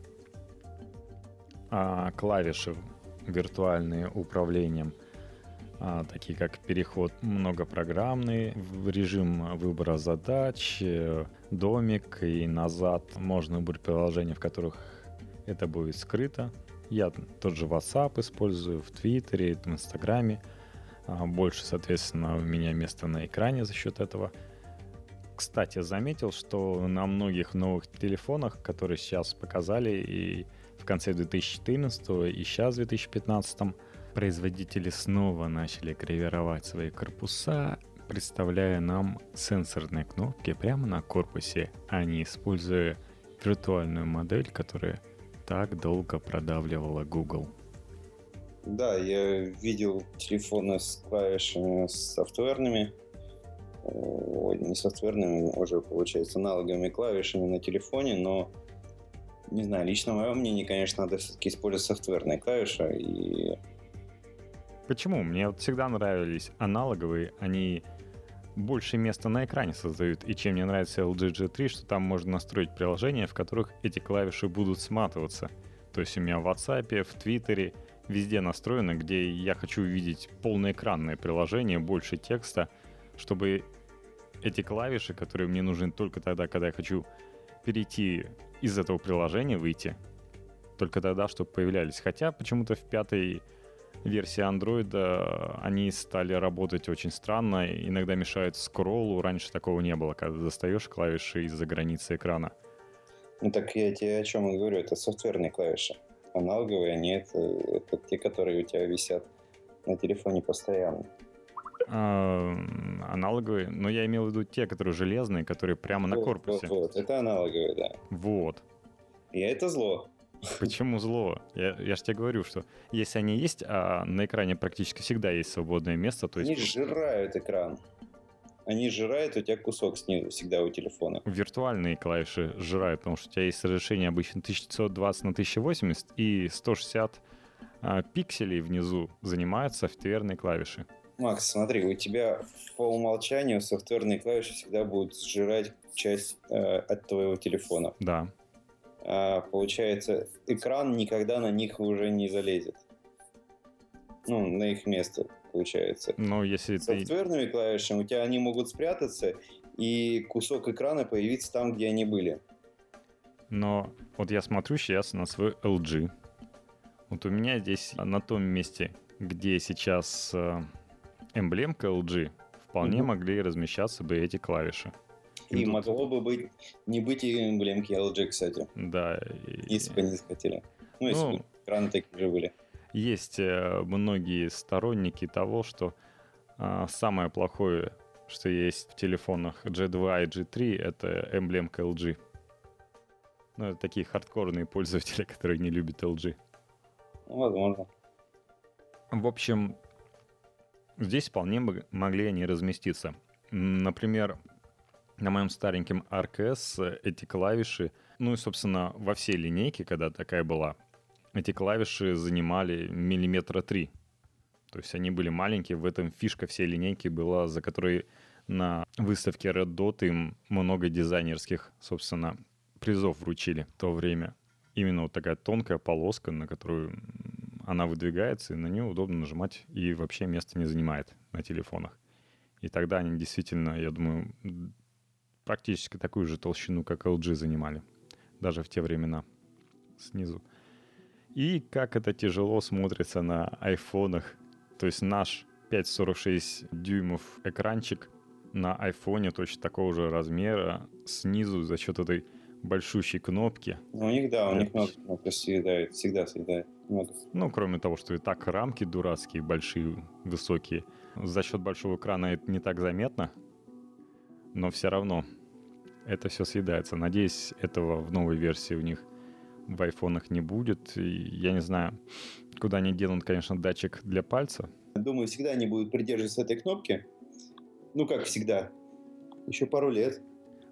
клавиши виртуальные управлением, такие как переход многопрограммный, в режим выбора задач, домик и назад. Можно выбрать приложения, в которых это будет скрыто. Я тот же WhatsApp использую, в Твиттере, в Инстаграме. Больше, соответственно, у меня места на экране за счет этого. Кстати, заметил, что на многих новых телефонах, которые сейчас показали и в конце 2014 и сейчас в 2015, производители снова начали гравировать свои корпуса, представляя нам сенсорные кнопки прямо на корпусе, а не используя виртуальную модель, которая так долго продавливала Google. Да, я видел телефоны с клавишами софтверными, не софтверными, уже, получается, аналоговыми клавишами на телефоне, но, не знаю, лично мое мнение, конечно, надо все-таки использовать софтверные клавиши. И... Почему? Мне вот всегда нравились аналоговые, они больше места на экране создают. И чем мне нравится LG G3, что там можно настроить приложения, в которых эти клавиши будут сматываться. То есть у меня в WhatsApp, в Твиттере, везде настроено, где я хочу увидеть полноэкранное приложение, больше текста, чтобы эти клавиши, которые мне нужны только тогда, когда я хочу перейти из этого приложения, выйти, только тогда, чтобы появлялись. Хотя почему-то в пятой версии Android они стали работать очень странно, иногда мешают скроллу. Раньше такого не было, когда достаешь клавиши из-за границы экрана. Ну так я тебе о чем и говорю, это софтверные клавиши. Аналоговые, нет, это те, которые у тебя висят на телефоне постоянно. Аналоговые, но я имел в виду те, которые железные, которые прямо на корпусе. Вот, это аналоговые, да. Вот. И это зло. Почему зло? Я же тебе говорю, что если они есть, а на экране практически всегда есть свободное место, то есть... Они сжирают экран. Они сжирают у тебя кусок снизу всегда у телефона. Виртуальные клавиши сжирают, потому что у тебя есть разрешение обычно 1920 на 1080 и 160 пикселей внизу занимают софтверные клавиши. Макс, смотри, у тебя по умолчанию софтверные клавиши всегда будут сжирать часть от твоего телефона. Да. Получается, экран никогда на них уже не залезет. Ну, на их место, получается. Но если софтверными клавишами у тебя они могут спрятаться, и кусок экрана появится там, где они были. Но вот я смотрю сейчас на свой LG. Вот у меня здесь на том месте, где сейчас эмблемка LG, вполне могли размещаться бы эти клавиши. И тут... могло бы не быть и эмблемки LG, кстати. Да. Если бы они захотели. Ну, если бы экраны такие же были. Есть многие сторонники того, что самое плохое, что есть в телефонах G2 и G3, это эмблемка LG. Ну, это такие хардкорные пользователи, которые не любят LG. Возможно. В общем, здесь вполне могли они разместиться. Например, на моем стареньком RKS эти клавиши, ну и, собственно, во всей линейке, когда такая была, эти клавиши занимали 3 миллиметра. То есть они были маленькие. В этом фишка всей линейки была, за которой на выставке Red Dot им много дизайнерских, собственно, призов вручили в то время. Именно вот такая тонкая полоска, на которую она выдвигается, и на нее удобно нажимать, и вообще места не занимает на телефонах. И тогда они действительно, я думаю, практически такую же толщину, как LG занимали. Даже в те времена снизу. И как это тяжело смотрится на айфонах. То есть наш 5,46 дюймов экранчик на айфоне точно такого же размера снизу за счет этой большущей кнопки. У них, да, у них кнопка съедает, всегда съедает много. Ну, кроме того, что и так рамки дурацкие, большие, высокие. За счет большого экрана это не так заметно, но все равно это все съедается. Надеюсь, этого в новой версии у них в айфонах не будет. И я не знаю, куда они денут, конечно, датчик для пальца. Думаю, всегда они будут придерживаться этой кнопки. Ну, как всегда. Еще пару лет.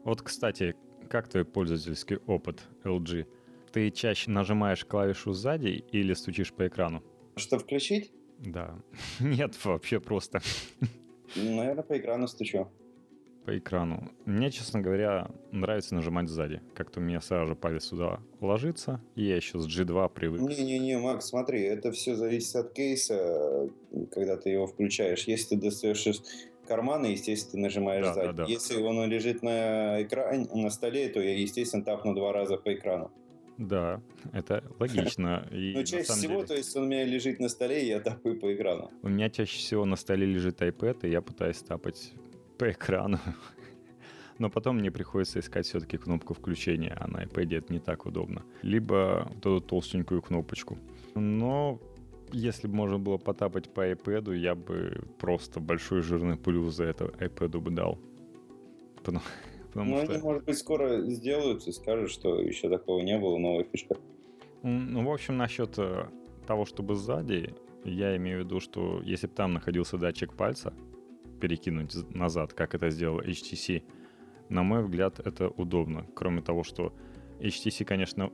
Вот, кстати, как твой пользовательский опыт LG? Ты чаще нажимаешь клавишу сзади или стучишь по экрану? Что включить? Да. Нет, вообще просто Наверное, по экрану стучу. по экрану. Мне, честно говоря, нравится нажимать сзади. Как-то у меня сразу же палец сюда ложится, и я еще с G2 привык. Не-не-не, Макс, смотри, это все зависит от кейса, когда ты его включаешь. Если ты достаешь из кармана, естественно, ты нажимаешь Да, сзади. да, да. Если он лежит на экране, на столе, то я, естественно, тапну 2 раза по экрану. Да, это логично. И Но на чаще самом всего, деле, то есть он у меня лежит на столе, и я тапаю по экрану. у меня чаще всего на столе лежит iPad, и я пытаюсь тапать по экрану. Но потом мне приходится искать все-таки кнопку включения, а на iPad это не так удобно. Либо вот эту толстенькую кнопочку. Но если бы можно было потапать по iPad, я бы просто большой жирный плюс за это iPad бы дал. Потому Ну, что... они, может быть, скоро сделают и скажут, что еще такого не было, новая фишка. Ну, в общем, насчет того, чтобы сзади, я имею в виду, что если бы там находился датчик пальца, перекинуть назад, как это сделал HTC, на мой взгляд, это удобно. Кроме того, что HTC, конечно,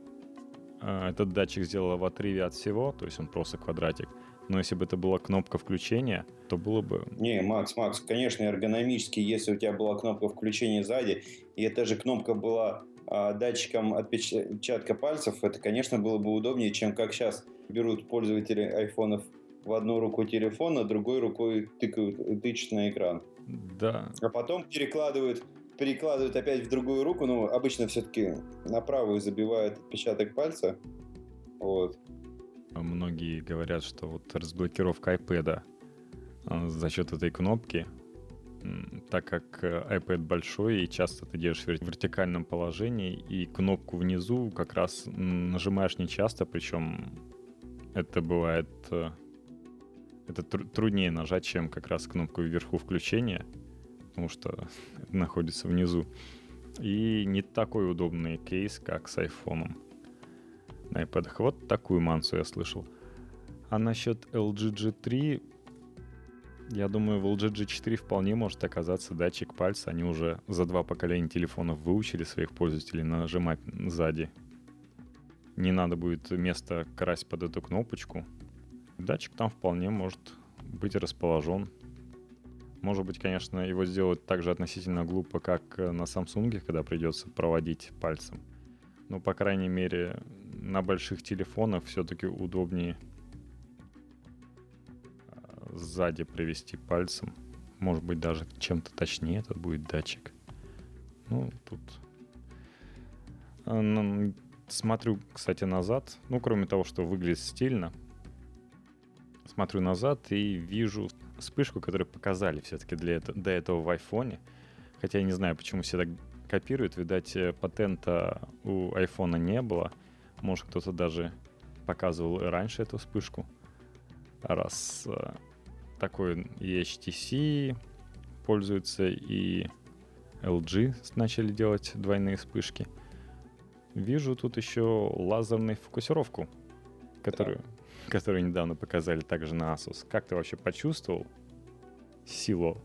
этот датчик сделала в отрыве от всего, то есть он просто квадратик. Но если бы это была кнопка включения, то было бы... Не, Макс, конечно, эргономически, если у тебя была кнопка включения сзади, и эта же кнопка была датчиком отпечатка пальцев, это, конечно, было бы удобнее, чем как сейчас берут пользователи айфонов в одну руку телефон, а другой рукой тычут на экран. Да. А потом перекладывают опять в другую руку, ну, обычно все-таки на правую забивают отпечаток пальца. Вот. Многие говорят, что вот разблокировка iPad за счет этой кнопки, так как iPad большой и часто ты держишь в вертикальном положении, и кнопку внизу как раз нажимаешь нечасто, причем это бывает... Это труднее нажать, чем как раз кнопку вверху включения, потому что это находится внизу. И не такой удобный кейс, как с айфоном на iPad. Вот такую мансу я слышал. А насчет LG G3, я думаю, в LG G4 вполне может оказаться датчик пальца. Они уже за 2 поколения телефонов выучили своих пользователей нажимать сзади. Не надо будет место красть под эту кнопочку. Датчик там вполне может быть расположен. Может быть, конечно, его сделать так же относительно глупо, как на Samsung, когда придется проводить пальцем. Но, по крайней мере, на больших телефонах все-таки удобнее сзади провести пальцем. Может быть, даже чем-то точнее этот будет датчик. Ну, тут... Смотрю, кстати, назад. Ну, кроме того, что выглядит стильно. Смотрю назад и вижу вспышку, которую показали все-таки до этого в айфоне. Хотя я не знаю, почему все так копируют. Видать, патента у айфона не было. Может, кто-то даже показывал и раньше эту вспышку. Раз такой и HTC пользуется, и LG начали делать двойные вспышки. Вижу тут еще лазерную фокусировку, которую недавно показали также на Asus. Как ты вообще почувствовал силу?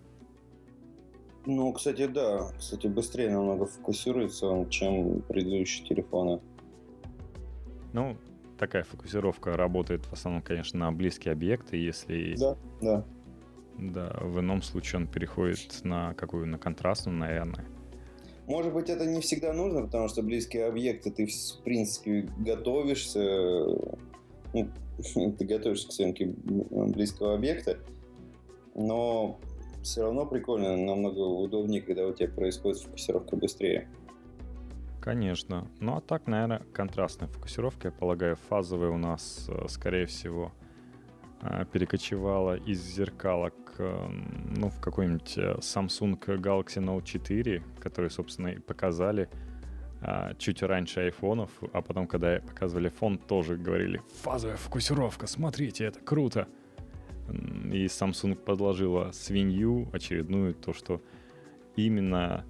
Ну, кстати, да. Кстати, быстрее намного фокусируется он, чем предыдущие телефоны. Ну, такая фокусировка работает в основном, конечно, на близкие объекты. Если... Да. Да, в ином случае он переходит на какую? На контрастную, наверное. Может быть, это не всегда нужно, потому что близкие объекты ты, в принципе, готовишься. Ну, ты готовишься к съемке близкого объекта, но все равно прикольно, намного удобнее, когда у тебя происходит фокусировка быстрее. Конечно. Ну, а так, наверное, контрастная фокусировка, я полагаю, фазовая у нас, скорее всего, перекочевала из зеркалок, ну, в какой-нибудь Samsung Galaxy Note 4, который, собственно, и показали чуть раньше айфонов, а потом, когда показывали iPhone, тоже говорили: фазовая фокусировка, смотрите, это круто. И Samsung подложила свинью очередную, то, что именно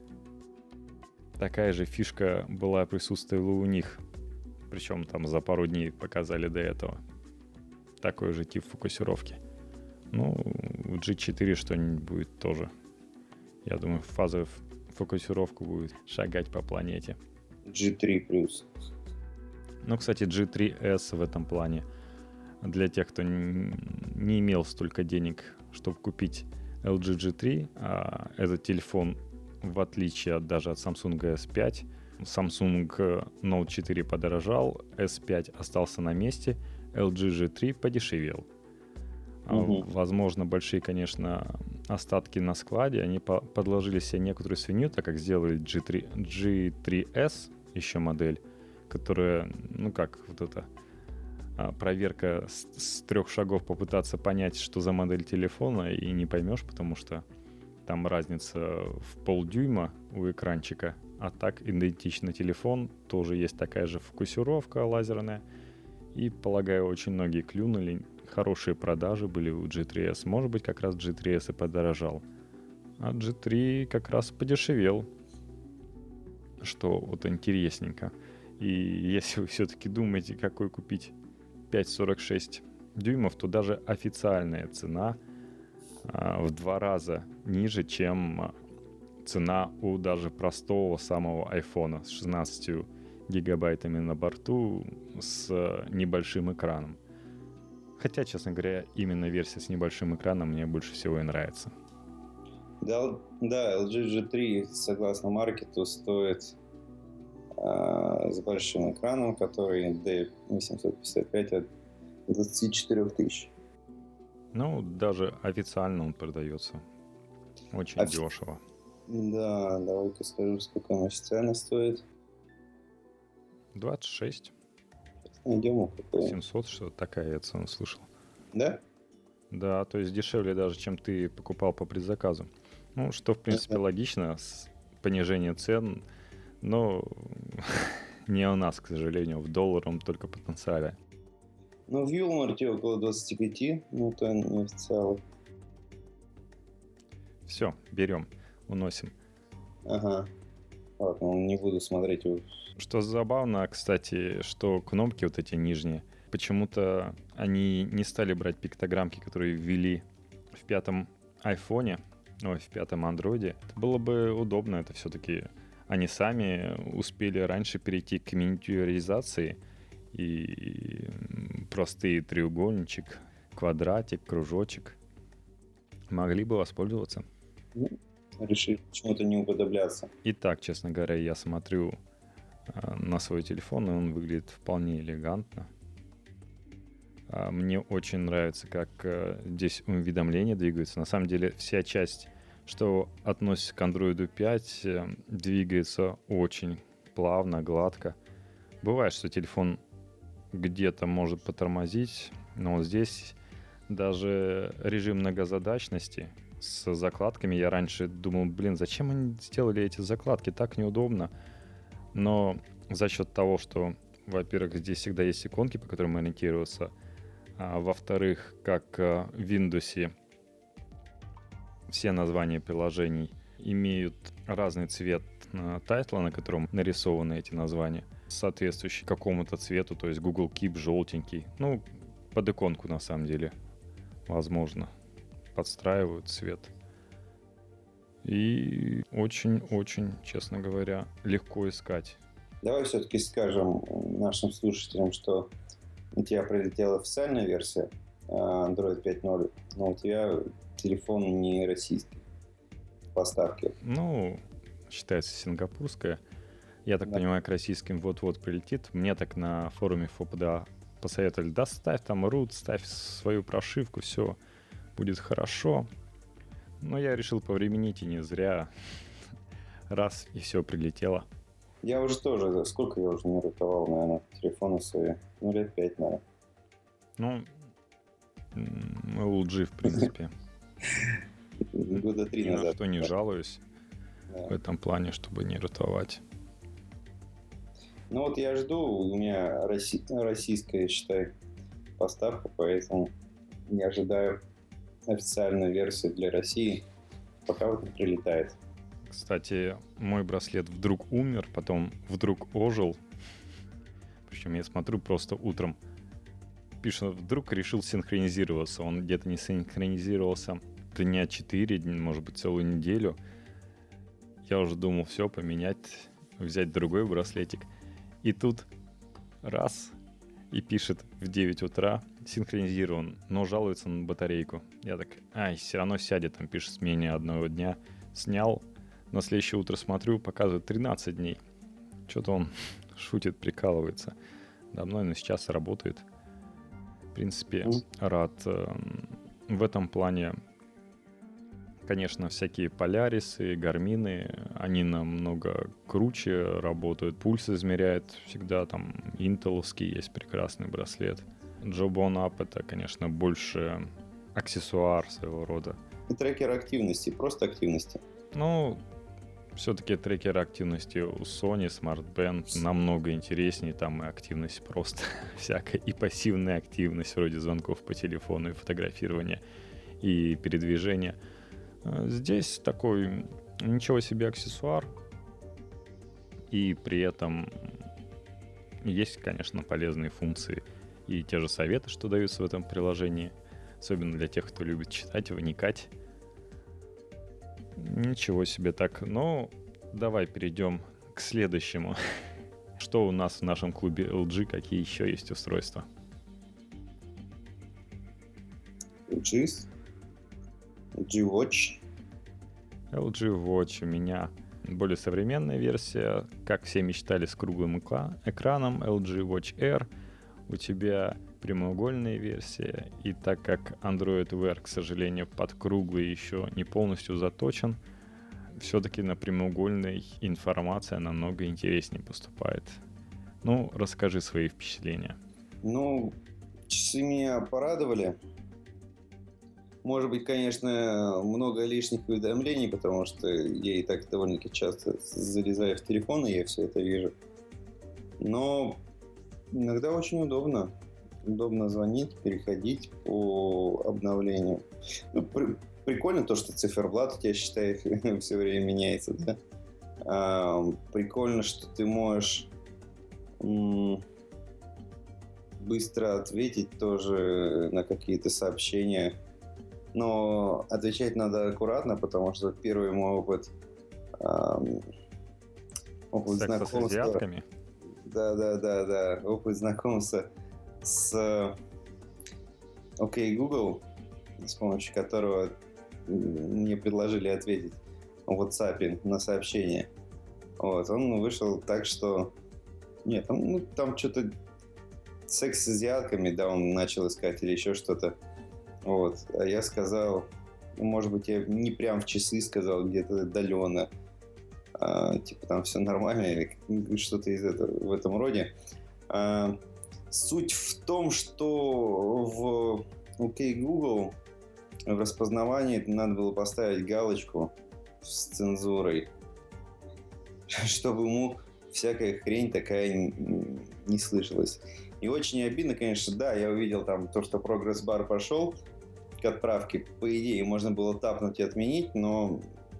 такая же фишка была, присутствовала у них. Причем там за пару дней показали до этого такой же тип фокусировки. Ну, в G4 что-нибудь будет тоже. Я думаю, фазовая фокусировку будет шагать по планете. G3+. Ну, кстати, G3S в этом плане. Для тех, кто не имел столько денег, чтобы купить LG G3, а этот телефон, в отличие даже от Samsung S5, Samsung Note 4 подорожал, S5 остался на месте, LG G3 подешевел. Возможно, большие, конечно, остатки на складе, они подложили себе некоторую свинью, так как сделали G3S, еще модель, которая, ну как вот это, проверка с 3 шагов попытаться понять, что за модель телефона, и не поймешь, потому что там разница в полдюйма у экранчика, а так идентичный телефон, тоже есть такая же фокусировка лазерная, и, полагаю, очень многие клюнули. Хорошие продажи были у G3S. Может быть, как раз G3S и подорожал. А G3 как раз подешевел. Что вот интересненько. И если вы все-таки думаете, какой купить 5,46 дюймов, то даже официальная цена в 2 раза ниже, чем цена у даже простого самого айфона с 16 гигабайтами на борту с небольшим экраном. Хотя, честно говоря, именно версия с небольшим экраном мне больше всего и нравится. Да, LG G3, согласно маркету, стоит с большим экраном, который D855 от 24 тысяч. Ну, даже официально он продается очень дешево. Да, давай-ка скажу, сколько он официально стоит. 26. Найдем какой. 700, что такая я цену слышал. Да? Да, то есть дешевле даже, чем ты покупал по предзаказу. Ну, что, в принципе, логично, с понижением цен, но не у нас, к сожалению, в долларом только потенциале. Ну, в Юлмарте около 25, ну, это не официалы. Все, берем, уносим. Ага. Ладно, не буду смотреть. Что забавно, кстати, что кнопки вот эти нижние, почему-то они не стали брать пиктограммки, которые ввели в 5-м айфоне, в 5-м андроиде. Это было бы удобно, это все-таки они сами успели раньше перейти к миниатюризации, и простые треугольничек, квадратик, кружочек могли бы воспользоваться. Решили почему-то не уподобляться. И так, честно говоря, я смотрю на свой телефон, и он выглядит вполне элегантно. Мне очень нравится, как здесь уведомления двигаются. На самом деле, вся часть, что относится к Android 5, двигается очень плавно, гладко. Бывает, что телефон где-то может потормозить, но вот здесь даже режим многозадачности с закладками. Я раньше думал, зачем они сделали эти закладки, так неудобно. Но за счет того, что, во-первых, здесь всегда есть иконки, по которым ориентироваться, а во-вторых, как в Windows все названия приложений имеют разный цвет тайтла, на котором нарисованы эти названия, соответствующий какому-то цвету, то есть Google Keep желтенький. Ну, под иконку на самом деле, возможно, подстраивают цвет. И очень-очень, честно говоря, легко искать. Давай все-таки скажем нашим слушателям, что у тебя прилетела официальная версия Android 5.0, но у тебя телефон не российский поставки. Ну, считается сингапурская. Я так понимаю, к российским вот-вот прилетит. Мне так на форуме ФОПДА посоветовали, да, ставь там root, ставь свою прошивку, все будет хорошо. Но я решил повременить, и не зря. Раз, и все прилетело. Я уже тоже, сколько я уже не рутовал, наверное, телефоны свои. Ну, лет 5, наверное. Ну, LG, в принципе. Года 3 назад. Ни на что не жалуюсь в этом плане, чтобы не рутовать. Ну вот я жду, у меня российская, считай, поставка, поэтому я ожидаю официальную версию для России, пока вот не прилетает. Кстати, мой браслет вдруг умер, потом вдруг ожил. Причем я смотрю просто утром. Пишет, вдруг решил синхронизироваться. Он где-то не синхронизировался дня 4, может быть, целую неделю. Я уже думал, все, поменять, взять другой браслетик. И тут раз, и пишет в 9 утра, синхронизирован, но жалуется на батарейку. Я так, все равно сядет, там пишет смене одного дня. Снял, на следующее утро смотрю, показывает 13 дней. Что-то он шутит, прикалывается. Давно, но сейчас работает. В принципе, рад. В этом плане, конечно, всякие полярисы, гармины, они намного круче работают. Пульс измеряет всегда, там, интеловский есть прекрасный браслет. Jawbone Up — это, конечно, больше аксессуар своего рода. И трекер активности, просто активности. Ну, все-таки трекер активности у Sony Smart Band намного интереснее. Там и активность просто всякая, и пассивная активность вроде звонков по телефону, и фотографирования, и передвижения. Здесь такой ничего себе аксессуар. И при этом есть, конечно, полезные функции. И те же советы, что даются в этом приложении. Особенно для тех, кто любит читать, вникать. Ничего себе так. Но давай перейдем к следующему. Что у нас в нашем клубе LG, какие еще есть устройства? LG Watch. LG Watch у меня более современная версия, как все мечтали, с круглым экраном, LG Watch Air. У тебя прямоугольная версия, и так как Android Wear, к сожалению, под круглый еще не полностью заточен, все-таки на прямоугольной информация намного интереснее поступает. Ну, расскажи свои впечатления. Ну, часы меня порадовали. Может быть, конечно, много лишних уведомлений, потому что я и так довольно-таки часто залезаю в телефон, и я все это вижу. Но иногда очень удобно. Удобно звонить, переходить по обновлению. Ну, прикольно то, что циферблат у тебя, считай, все время меняется, да? Прикольно, что ты можешь быстро ответить тоже на какие-то сообщения. Но отвечать надо аккуратно, потому что первый мой опыт знакомства с азиатками? Да. Опыт знакомства с OK Google, с помощью которого мне предложили ответить в WhatsApp на сообщение. Вот, он вышел так, что... Нет, там что-то секс с азиатками, да, он начал искать или еще что-то. Вот, а я сказал, может быть, я не прям в часы сказал, где-то отдаленно. Типа там все нормально или что-то в этом роде. Суть в том, что в OK Google в распознавании надо было поставить галочку с цензурой, чтобы ему всякая хрень такая не слышалась. И очень обидно, конечно, да, я увидел там то, что прогресс-бар пошел к отправке. По идее, можно было тапнуть и отменить, но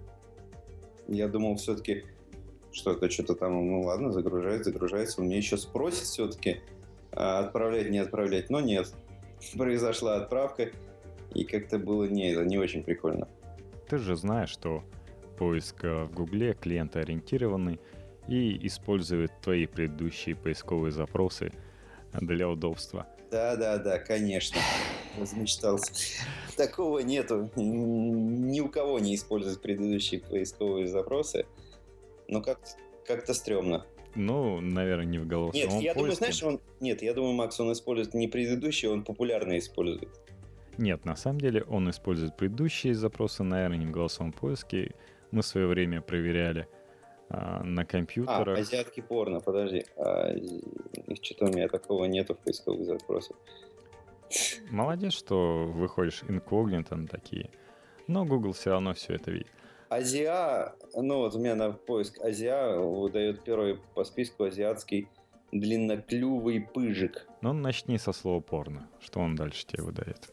я думал все-таки, что это что-то там, ну ладно, загружается. Он меня еще спросит все-таки, отправлять, не отправлять, но нет. Произошла отправка, и как-то было не очень прикольно. Ты же знаешь, что поиск в Гугле клиентоориентированный и использует твои предыдущие поисковые запросы для удобства. Да, конечно. Размечтался. Такого нету. Ни у кого не используют предыдущие поисковые запросы. Но как-то стрёмно. Ну, наверное, не в голосовом Нет, я думаю, поиске. знаешь, я думаю, Макс, он использует не предыдущие, он популярно использует. Нет, на самом деле он использует предыдущие запросы, наверное, не в голосовом поиске. Мы в свое время проверяли на компьютерах. Азиатки порно, подожди. Что-то у меня такого нету в поисковых запросах. Молодец, что выходишь инкогнито на такие. Но Google все равно все это видит. Азиа, вот у меня на поиск Азиа выдает первый по списку азиатский длинноклювый пыжик. Ну, начни со слова порно. Что он дальше тебе выдает?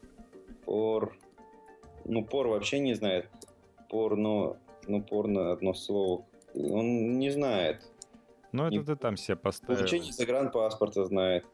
Пор вообще не знает. Порно одно слово. Он не знает. Ну, это ты там себе поставил. Получение загранпаспорта знает.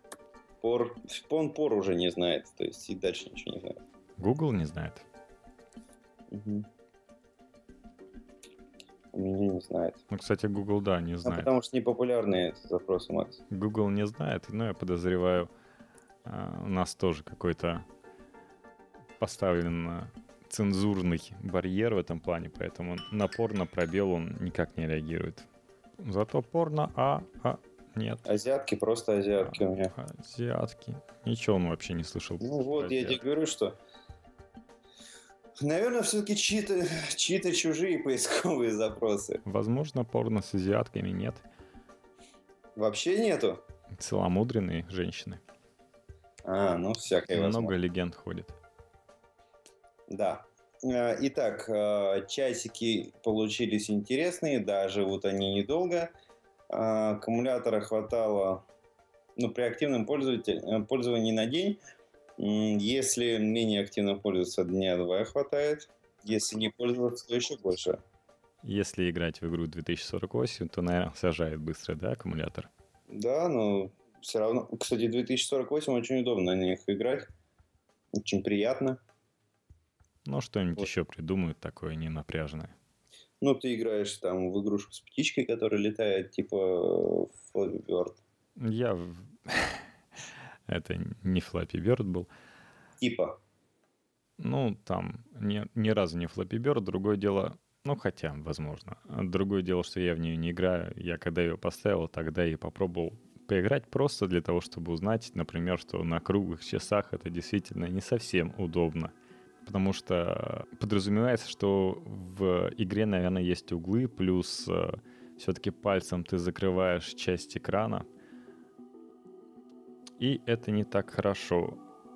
Он пор уже не знает. То есть и дальше ничего не знает. Google не знает. Угу. у меня не знает. Ну, кстати, Google, да, не А знает. потому что непопулярные эти запросы, Макс. Google не знает, но я подозреваю, у нас тоже какой-то поставлен цензурный барьер в этом плане, поэтому на порно пробел он никак не реагирует. Зато порно, нет. Азиатки, просто азиатки у меня. Азиатки. Ничего он вообще не слышал. Ну вот, я тебе говорю, что... Наверное, все-таки чьи-то чужие поисковые запросы. Возможно, порно с азиатками нет. Вообще нету? Целомудренные женщины. Ну всякое возможно. Много легенд ходит. Да. Итак, часики получились интересные, да, живут они недолго. Аккумулятора хватало, при активном пользовании на день. Если менее активно пользоваться, дня 2 хватает. Если не пользоваться, то еще больше. Если играть в игру 2048, то, наверное, сажает быстро, да, аккумулятор? Да, но все равно... Кстати, 2048 очень удобно на них играть. Очень приятно. Ну, что-нибудь еще придумают такое ненапряжное. Ты играешь там в игрушку с птичкой, которая летает, типа Flappy Bird. Это не Flappy Bird был. Типа. Там ни разу не Flappy Bird. Другое дело... хотя, возможно. Другое дело, что я в нее не играю. Я когда ее поставил, тогда и попробовал поиграть просто для того, чтобы узнать, например, что на круглых часах это действительно не совсем удобно. Потому что подразумевается, что в игре, наверное, есть углы, плюс все-таки пальцем ты закрываешь часть экрана. И это не так хорошо.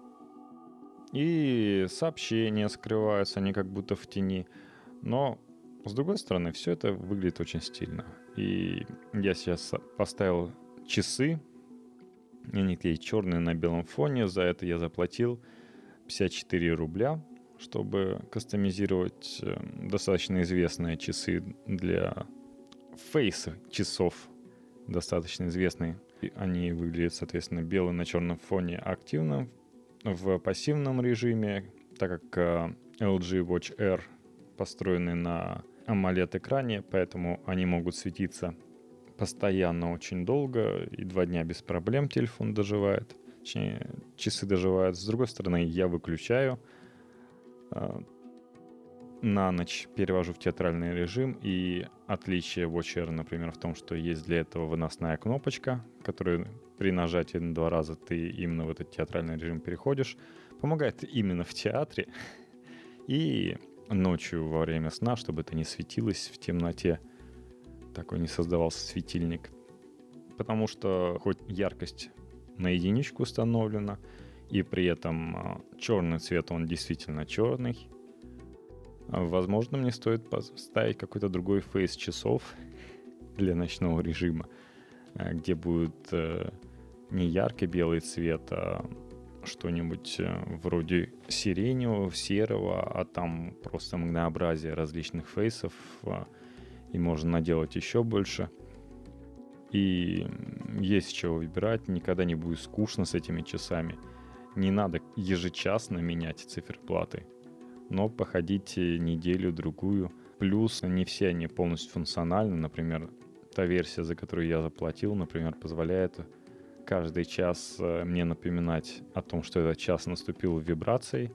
И сообщения скрываются, они как будто в тени. Но, с другой стороны, все это выглядит очень стильно. И я сейчас поставил часы. Они такие черные на белом фоне. За это я заплатил 54 рубля, чтобы кастомизировать достаточно известные часы для фейса часов. Достаточно известные. Они выглядят, соответственно, белый на черном фоне активно в пассивном режиме, так как LG Watch R построены на AMOLED-экране, поэтому они могут светиться постоянно очень долго, и 2 дня без проблем телефон доживает. Точнее, часы доживают. С другой стороны, я выключаю, на ночь перевожу в театральный режим, и отличие Watch R, например, в том, что есть для этого выносная кнопочка, которую при нажатии на 2 раза ты именно в этот театральный режим переходишь. Помогает именно в театре и ночью во время сна, чтобы это не светилось в темноте, такой не создавался светильник. Потому что хоть яркость на единичку установлена, и при этом черный цвет, он действительно черный, возможно, мне стоит поставить какой-то другой фейс часов для ночного режима, где будет не яркий белый цвет, а что-нибудь вроде сиреневого, серого, а там просто многообразие различных фейсов, и можно наделать еще больше. И есть с чего выбирать, никогда не будет скучно с этими часами. Не надо ежечасно менять циферблаты, но походите неделю-другую. Плюс не все они полностью функциональны. Например, та версия, за которую я заплатил, например, позволяет каждый час мне напоминать о том, что этот час наступил вибрацией,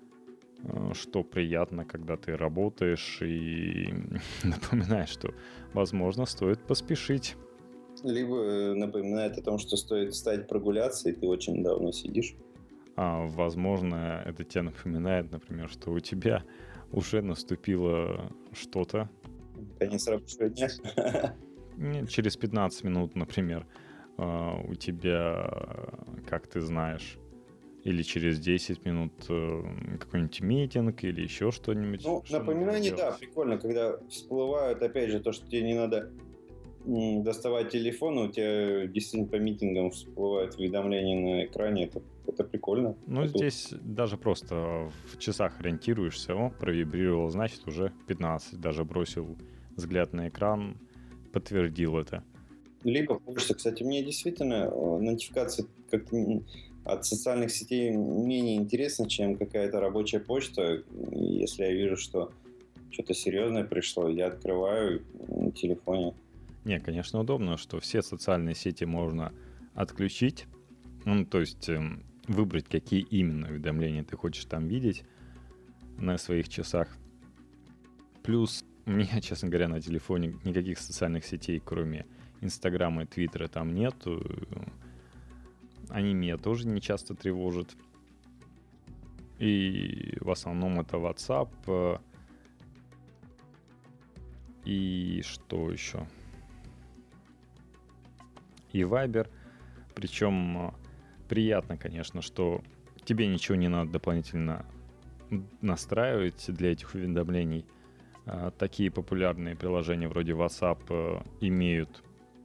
что приятно, когда ты работаешь и напоминаешь, что, возможно, стоит поспешить. Либо напоминает о том, что стоит встать прогуляться, и ты очень давно сидишь. Возможно, это тебе напоминает, например, что у тебя уже наступило что-то. Конец рабочего дня. Через 15 минут, например, у тебя, как ты знаешь, или через 10 минут какой-нибудь митинг или еще что-нибудь. Напоминание, да, прикольно, когда всплывают, опять же, то, что тебе не надо доставать телефон, у тебя действительно по митингам всплывают уведомления на экране, это прикольно. Здесь даже просто в часах ориентируешься, провибрировал, значит, уже 15, даже бросил взгляд на экран, подтвердил это. Либо почта. Кстати, мне действительно нотификация как-то от социальных сетей менее интересна, чем какая-то рабочая почта. Если я вижу, что что-то серьезное пришло, я открываю на телефоне. Не, конечно, удобно, что все социальные сети можно отключить. Ну, то есть выбрать, какие именно уведомления ты хочешь там видеть на своих часах. Плюс у меня, честно говоря, на телефоне никаких социальных сетей, кроме Инстаграма и Твиттера, там нету. Они меня тоже не часто тревожат. И в основном это WhatsApp. И что еще? И Viber. Причем приятно, конечно, что тебе ничего не надо дополнительно настраивать для этих уведомлений. Такие популярные приложения вроде WhatsApp имеют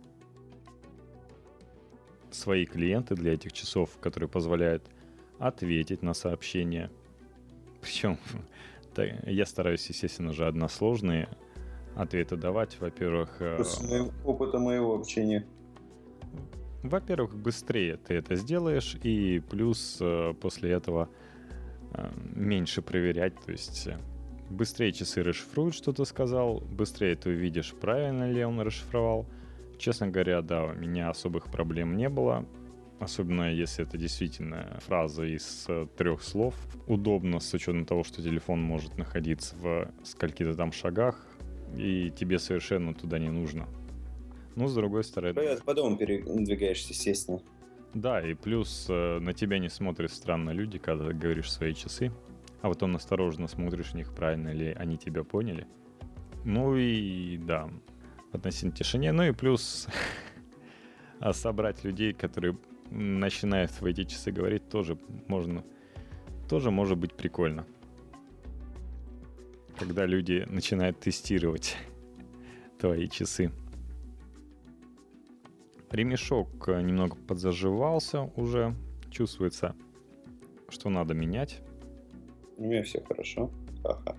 свои клиенты для этих часов, которые позволяют ответить на сообщения. Причем я стараюсь, естественно же, односложные ответы давать. Во-первых... После опыта моего общения. Во-первых, быстрее ты это сделаешь, и плюс после этого меньше проверять. То есть быстрее часы расшифруют, что ты сказал, быстрее ты увидишь, правильно ли он расшифровал. Честно говоря, да, у меня особых проблем не было. Особенно если это действительно фраза из 3 слов. Удобно с учетом того, что телефон может находиться в скольки-то там шагах, и тебе совершенно туда не нужно. Но с другой стороны... Потом передвигаешься, естественно. Да, и плюс на тебя не смотрят странно люди, когда ты говоришь свои часы. А потом осторожно смотришь в них, правильно ли они тебя поняли. Ну и да, относительно тишине. Ну и плюс собрать людей, которые начинают в эти часы говорить, тоже может быть прикольно. Когда люди начинают тестировать твои часы. Ремешок немного подзаживался уже. Чувствуется, что надо менять. У меня все хорошо. Ха-ха.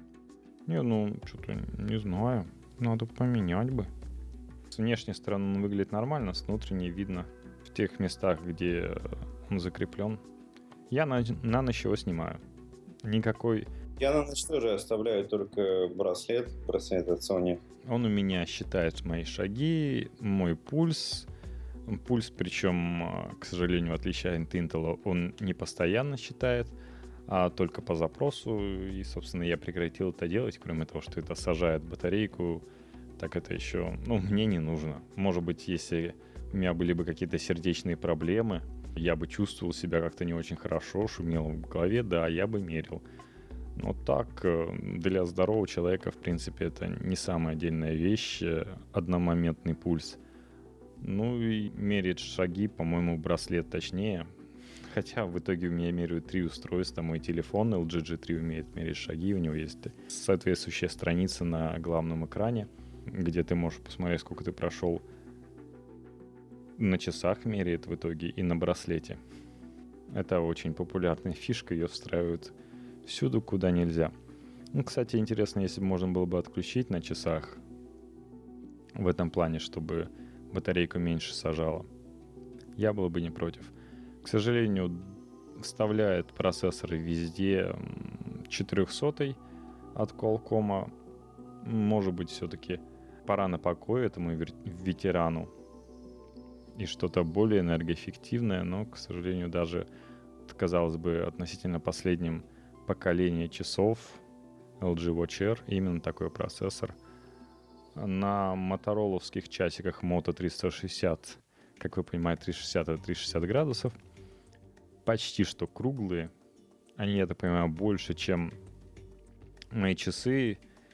Не, что-то не знаю. Надо поменять бы. С внешней стороны он выглядит нормально, с внутренней видно в тех местах, где он закреплен. Я на ночь его снимаю. Никакой... Я на ночь тоже оставляю только браслет от Sony. Он у меня считает мои шаги, мой пульс. Пульс, причем, к сожалению, в отличие от Intel, он не постоянно считает, а только по запросу. И, собственно, я прекратил это делать, кроме того, что это сажает батарейку. Так это еще, мне не нужно. Может быть, если у меня были бы какие-то сердечные проблемы, я бы чувствовал себя как-то не очень хорошо, шумело в голове, да, я бы мерил. Но так, для здорового человека, в принципе, это не самая отдельная вещь, одномоментный пульс. Ну и мерить шаги, по-моему, браслет точнее. Хотя в итоге у меня меряют 3 устройства. Мой телефон LG G3 умеет мерить шаги. У него есть соответствующая страница на главном экране, где ты можешь посмотреть, сколько ты прошел. На часах меряет в итоге и на браслете. Это очень популярная фишка, ее встраивают всюду, куда нельзя. Кстати, интересно, если бы можно было бы отключить на часах в этом плане, чтобы батарейку меньше сажала. Я был бы не против. К сожалению, вставляет процессоры везде 400 от Qualcomm. Может быть, все-таки пора на покой этому ветерану и что-то более энергоэффективное, но, к сожалению, даже, казалось бы, относительно последним поколения часов LG Watch Air именно такой процессор. На мотороловских часиках Moto 360, как вы понимаете, 360 это 360 градусов, почти что круглые. Они, я так понимаю, больше, чем мои часы.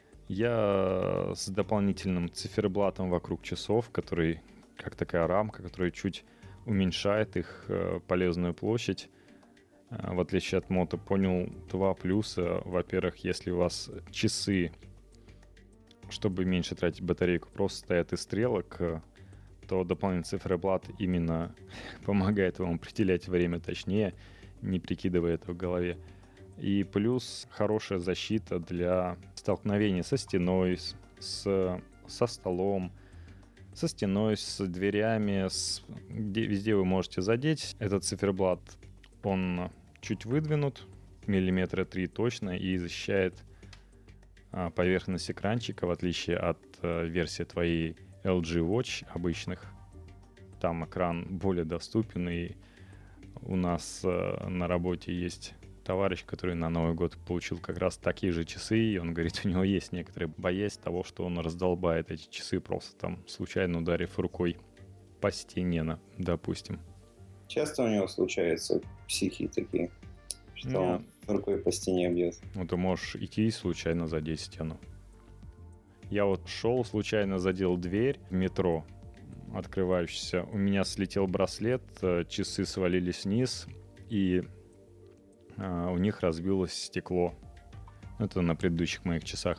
Я с дополнительным циферблатом вокруг часов, который как такая рамка, которая чуть уменьшает их полезную площадь. В отличие от Moto, понял 2 плюса. Во-первых, если у вас часы, чтобы меньше тратить батарейку, просто стоят из стрелок, то дополнительный циферблат именно помогает вам определять время точнее, не прикидывая это в голове. И плюс хорошая защита для столкновения со стеной, со столом, со стеной, с дверями, везде вы можете задеть. Этот циферблат, он чуть выдвинут, 3 мм точно, и защищает поверхность экранчика, в отличие от версии твоей LG Watch обычных. Там экран более доступен, и у нас на работе есть товарищ, который на Новый год получил как раз такие же часы, и он говорит, у него есть некоторая боязнь того, что он раздолбает эти часы, просто там случайно ударив рукой по стене, допустим. Часто у него случаются психи такие, что он рукой по стене бьет. Ну, ты можешь идти и случайно задеть стену. Я вот шел, случайно задел дверь в метро, открывающийся. У меня слетел браслет, часы свалились вниз, и у них разбилось стекло. Это на предыдущих моих часах.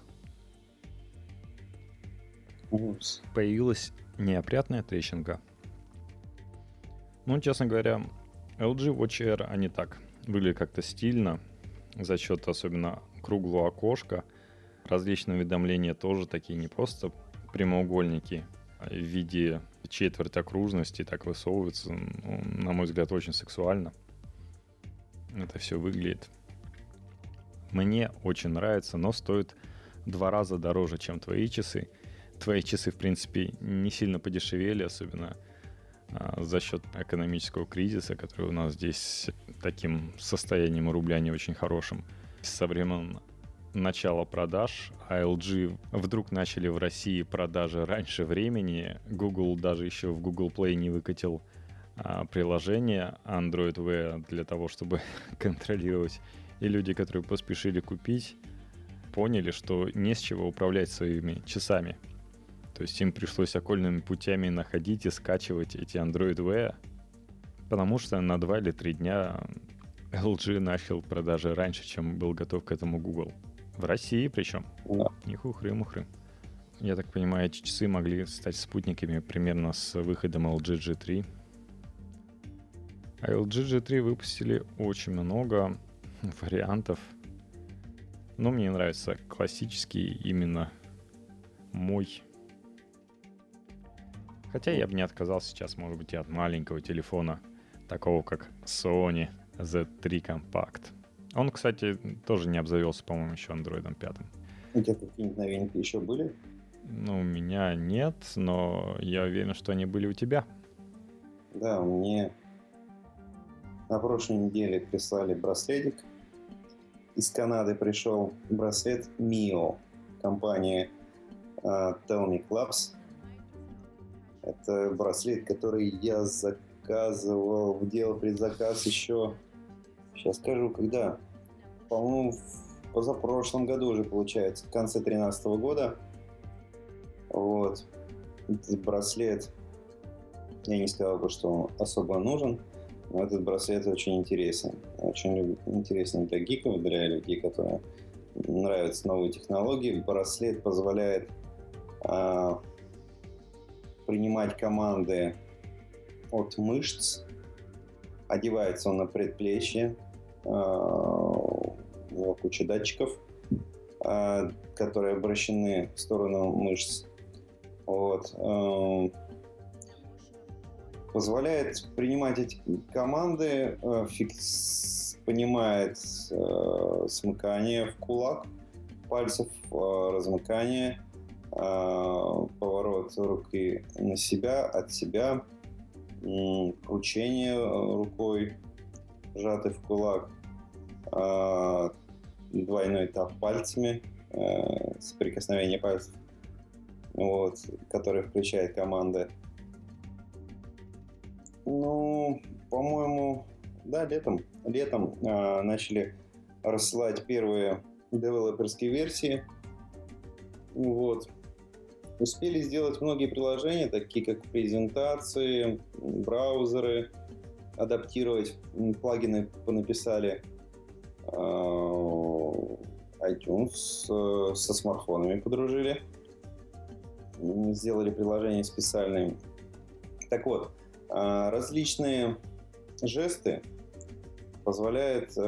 Упс. Появилась неопрятная трещинка. Ну, честно говоря, LG Watch Air, они так выглядят как-то стильно, за счет особенно круглого окошка. Различные уведомления тоже такие, не просто прямоугольники, а в виде четверть окружности так высовываются. Ну, на мой взгляд, очень сексуально это все выглядит. Мне очень нравится, но стоит 2 раза дороже, чем твои часы. Твои часы, в принципе, не сильно подешевели, особенно за счет экономического кризиса, который у нас здесь таким состоянием рубля не очень хорошим. Со времен начала продаж, а LG вдруг начали в России продажи раньше времени. Google даже еще в Google Play не выкатил приложение Android Wear для того, чтобы контролировать. И люди, которые поспешили купить, поняли, что не с чего управлять своими часами. То есть им пришлось окольными путями находить и скачивать эти Android Wear, потому что на 2 или 3 дня LG начал продажи раньше, чем был готов к этому Google. В России причем. Да. Не хухры-мухры. Я так понимаю, эти часы могли стать спутниками примерно с выходом LG G3. А LG G3 выпустили очень много вариантов. Но мне нравится классический именно мой. Хотя я бы не отказался сейчас, может быть, и от маленького телефона, такого как Sony Z3 Compact. Он, кстати, тоже не обзавелся, по-моему, еще Android 5. У тебя какие-нибудь новинки еще были? Ну, у меня нет, но я уверен, что они были у тебя. Да, мне на прошлой неделе прислали браслетик. Из Канады пришел браслет Mio, компания Telmic Labs. Это браслет, который я заказывал, делал предзаказ еще, сейчас скажу, когда, по-моему, в позапрошлом году уже, получается, в конце 2013 года. Вот. Этот браслет, я не сказал бы, что он особо нужен, но этот браслет очень интересен. Очень интересен для гиков, для людей, которые нравятся новые технологии. Браслет позволяет принимать команды от мышц. Одевается он на предплечье. У него куча датчиков, которые обращены в сторону мышц. Вот. Позволяет принимать эти команды, понимает смыкание в кулак пальцев, размыкание, поворот руки на себя, от себя, кручение рукой, сжатой в кулак, двойной тап пальцами, соприкосновение пальцев, вот, который включает команды. Ну, по-моему, да, летом начали рассылать первые девелоперские версии. Вот. Успели сделать многие приложения, такие как презентации, браузеры, адаптировать, плагины понаписали, iTunes со смартфонами подружили, сделали приложения специальные. Так вот, различные жесты позволяют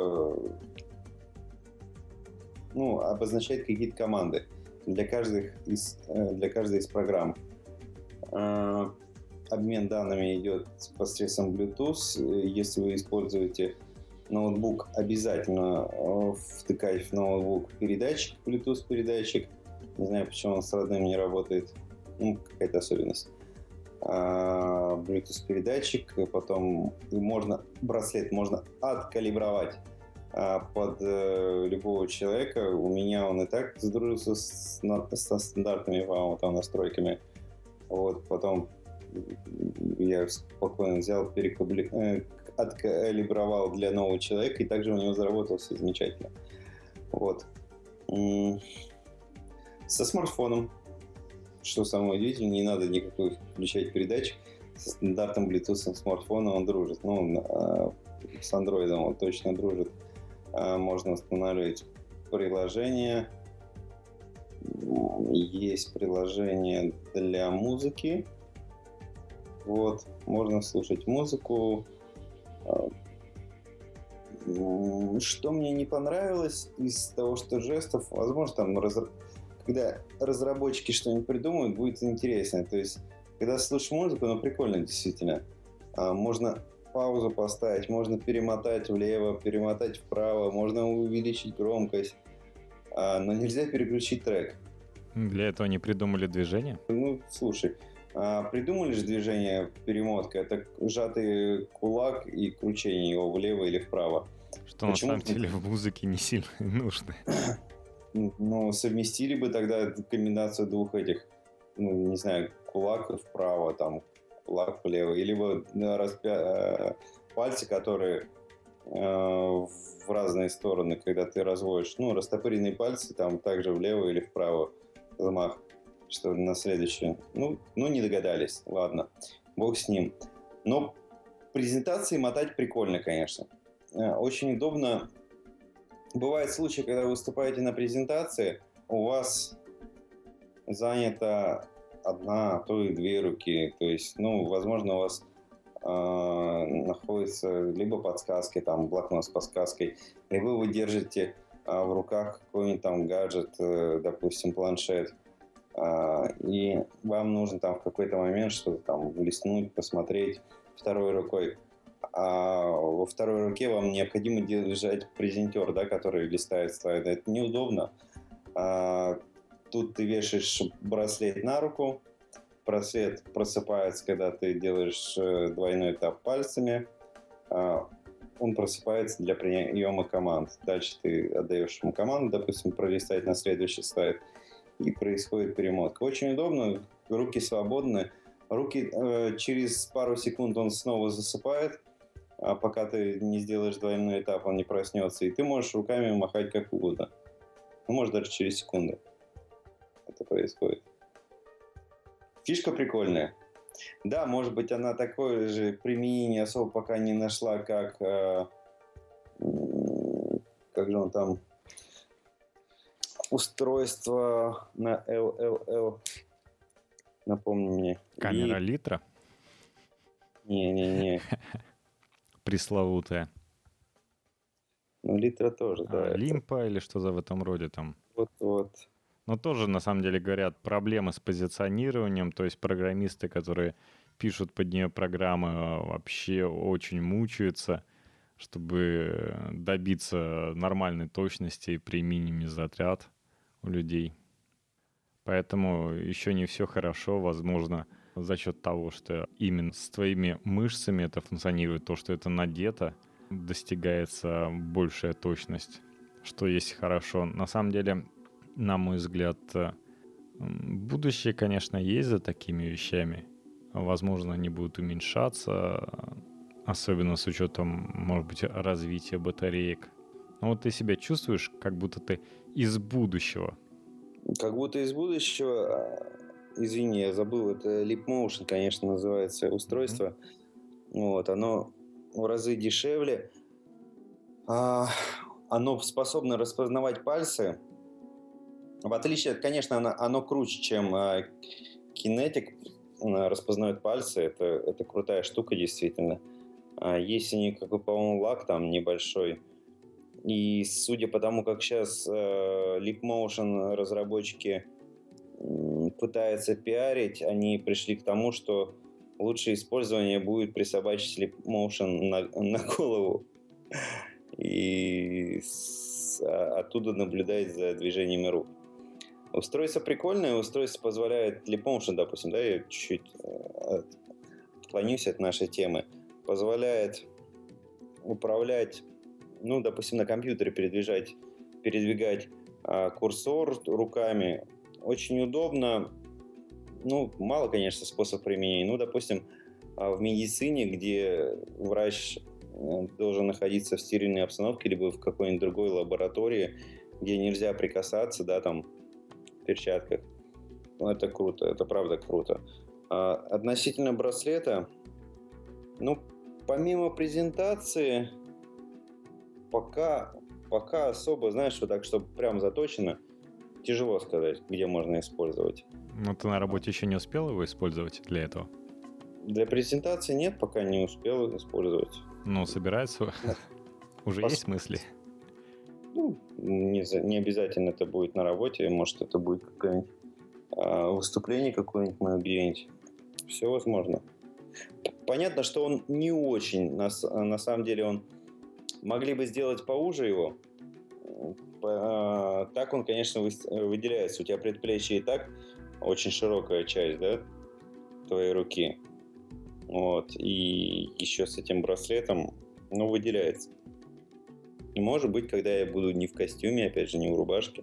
обозначать какие-то команды для каждой из программ. Обмен данными идет посредством Bluetooth. Если вы используете ноутбук обязательно втыкать в ноутбук передатчик, Bluetooth передатчик. Не знаю, почему он с родным не работает. Какая-то особенность. Bluetooth передатчик, потом браслет можно откалибровать под любого человека. У меня он и так сдружился со стандартными, по-моему, там настройками. Вот, потом я спокойно взял, откалибровал для нового человека, и также у него заработало все замечательно. Вот. Со смартфоном, что самое удивительное, не надо никакой включать передатчик. Со стандартным Bluetooth смартфона он дружит. С Android он точно дружит. Можно устанавливать приложение. Есть приложение для музыки. Вот, можно слушать музыку. Что мне не понравилось из того, что жестов, возможно, там, когда разработчики что-нибудь придумают, будет интересно. То есть, когда слушаешь музыку, прикольно действительно. Можно паузу поставить, можно перемотать влево, перемотать вправо, можно увеличить громкость, но нельзя переключить трек. Для этого они придумали движение? Слушай, придумали же движение перемотка, это сжатый кулак и кручение его влево или вправо. Что на самом деле в музыке не сильно нужно. Совместили бы тогда комбинацию двух этих, не знаю, кулак вправо, там, кулак влево, или пальцы, которые в разные стороны, когда ты разводишь, растопыренные пальцы, там, также влево или вправо замах, что на следующее. Не догадались, ладно, бог с ним. Но презентации мотать прикольно, конечно. Очень удобно. Бывают случаи, когда вы выступаете на презентации, у вас занята одна, а то и две руки. То есть, возможно, у вас находится либо подсказки, там, блокнот с подсказкой, либо вы держите в руках какой-нибудь там гаджет, допустим, планшет, и вам нужно там в какой-то момент что-то там листнуть, посмотреть второй рукой. А во второй руке вам необходимо держать презентер, да, который листает слайды. Это неудобно. Тут ты вешаешь браслет на руку. Браслет просыпается, когда ты делаешь двойной тап пальцами. Он просыпается для приема команд. Дальше ты отдаешь ему команду, допустим, пролистать на следующий слайд. И происходит перемотка. Очень удобно. Руки свободны. Руки через пару секунд он снова засыпает. А пока ты не сделаешь двойной этап, он не проснется. И ты можешь руками махать как угодно. Может, даже через секунду это происходит. Фишка прикольная. Да, может быть, она такое же применение особо пока не нашла, как же он там, устройство на LLL. Напомни мне. Камера литра? Не. Пресловутая. Литра тоже, да. Лимпа или что-то в этом роде там. Вот. Но тоже, на самом деле, говорят, проблемы с позиционированием, то есть программисты, которые пишут под нее программы, вообще очень мучаются, чтобы добиться нормальной точности при минимуме затрат у людей. Поэтому еще не все хорошо, возможно, за счет того, что именно с твоими мышцами это функционирует, то, что это надето, достигается большая точность, что есть хорошо. На самом деле, на мой взгляд, будущее, конечно, есть за такими вещами. Возможно, они будут уменьшаться, особенно с учетом, может быть, развития батареек. Но вот ты себя чувствуешь, как будто ты из будущего. Как будто из будущего. Извини, я забыл. Это Leap Motion, конечно, называется устройство. Вот, оно в разы дешевле. Оно способно распознавать пальцы. В отличие, конечно, оно круче, чем Kinetic. Распознает пальцы. Это крутая штука, действительно. Есть у них, по-моему, лак там небольшой. И судя по тому, как сейчас Leap Motion разработчики пытаются пиарить, они пришли к тому, что лучшее использование будет присобачить Leap Motion на голову. и оттуда наблюдать за движениями рук. Устройство прикольное, устройство позволяет Leap Motion, допустим, да, я чуть-чуть отклонюсь от нашей темы, позволяет управлять, ну, допустим, на компьютере передвигать курсор руками. Очень удобно. Ну, мало, конечно, способ применения. Ну, допустим, в медицине, где врач должен находиться в стерильной обстановке, либо в какой-нибудь другой лаборатории, где нельзя прикасаться, да, там, в перчатках. Ну, это круто, это правда круто. Относительно браслета, ну, помимо презентации, пока особо, знаешь, вот так, чтобы прям заточено, тяжело сказать, где можно использовать. Ну, ты на работе еще не успел его использовать для этого? Для презентации нет, пока не успел использовать. Ну, собирается? Уже есть мысли? Ну, не обязательно это будет на работе, может, это будет какое-нибудь выступление какое-нибудь мое где-нибудь. Все возможно. Понятно, что он не очень, на самом деле, он могли бы сделать поуже его. Так он, конечно, выделяется. У тебя предплечье и так очень широкая часть, да, твоей руки. Вот. И еще с этим браслетом, ну, выделяется. И может быть, когда я буду не в костюме, опять же, не в рубашке,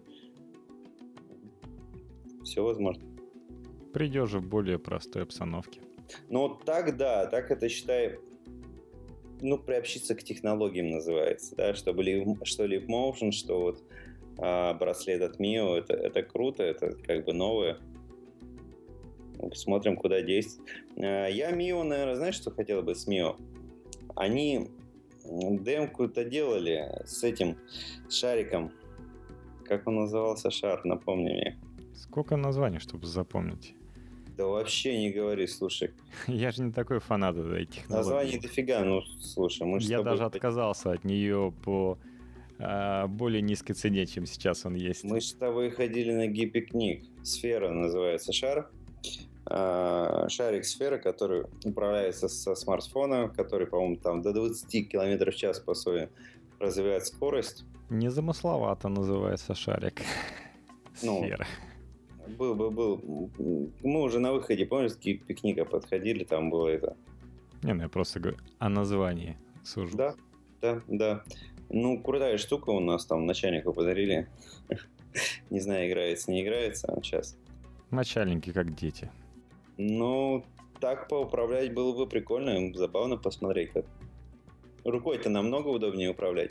все возможно. Придешь в более простой обстановке. Ну, так, да, так это, считай, ну, приобщиться к технологиям называется, да, что Leap Motion, что вот браслет от Mio, это круто, это как бы новое. Посмотрим, куда действовать. Я Mio, наверное, знаешь, что хотел бы с Mio? Они демку-то делали с этим шариком. Как он назывался, шар? Напомни мне. Сколько названий, чтобы запомнить? Да вообще не говори, слушай. Я же не такой фанат этой технологии. Названий дофига, ну, слушай, мы же Я даже отказался от нее по более низкой цене, чем сейчас он есть. Мы с тобой ходили на гипикник. Сфера называется шар. Шарик сферы, который управляется со смартфона, который, по-моему, там до 20 км в час по своей развивает скорость. Незамысловато называется шарик. Сфера. Был. Мы уже на выходе, помнишь, с пикника подходили, там было это. Не, ну я просто говорю о названии сужу. Да. Ну, крутая штука у нас там, начальнику подарили. Не знаю, играется, не играется, а сейчас. Начальники как дети. Ну, так поуправлять было бы прикольно, забавно посмотреть, как. Рукой-то намного удобнее управлять.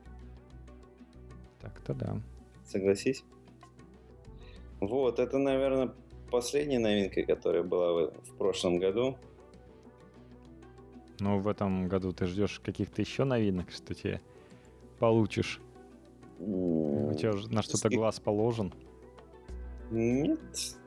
Так-то да. Согласись? Вот, это, наверное, последняя новинка, которая была в прошлом году. Но в этом году ты ждешь каких-то еще новинок, что тебе получишь? У тебя на что-то глаз положен? Нет,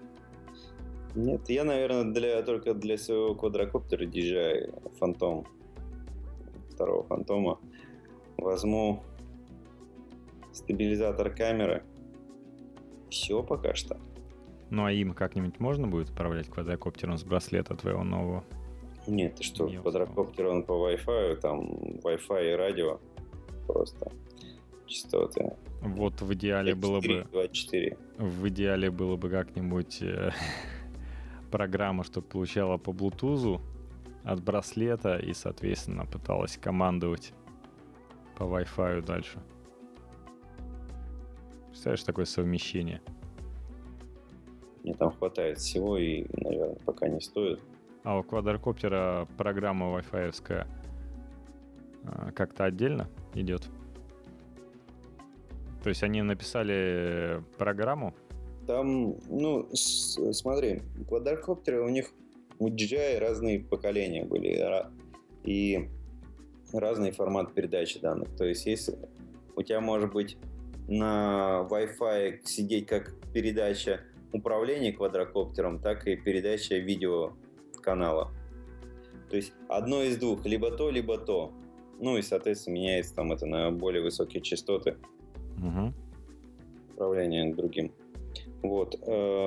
я, наверное, только для своего квадрокоптера DJI Phantom, второго Фантома, возьму стабилизатор камеры. Все пока что. Ну а им как-нибудь можно будет управлять квадрокоптером с браслета твоего нового? Нет, ты что, квадрокоптер он по Wi-Fi, там Wi-Fi и радио просто частоты. Вот в идеале 4, было бы... 24. В идеале было бы как-нибудь программа, чтобы получала по Bluetooth от браслета и, соответственно, пыталась командовать по Wi-Fi дальше. Представляешь, такое совмещение? Мне там хватает всего и, наверное, пока не стоит. А у квадрокоптера программа Wi-Fi-евская как-то отдельно идет? То есть они написали программу? Там, ну, смотри, квадрокоптеры у них, у DJI разные поколения были и разный формат передачи данных. То есть если у тебя может быть на Wi-Fi сидеть как передача управления квадрокоптером, так и передача видеоканала. То есть одно из двух, либо то, либо то. Ну и, соответственно, меняется там это на более высокие частоты. Угу. Управление другим. Вот.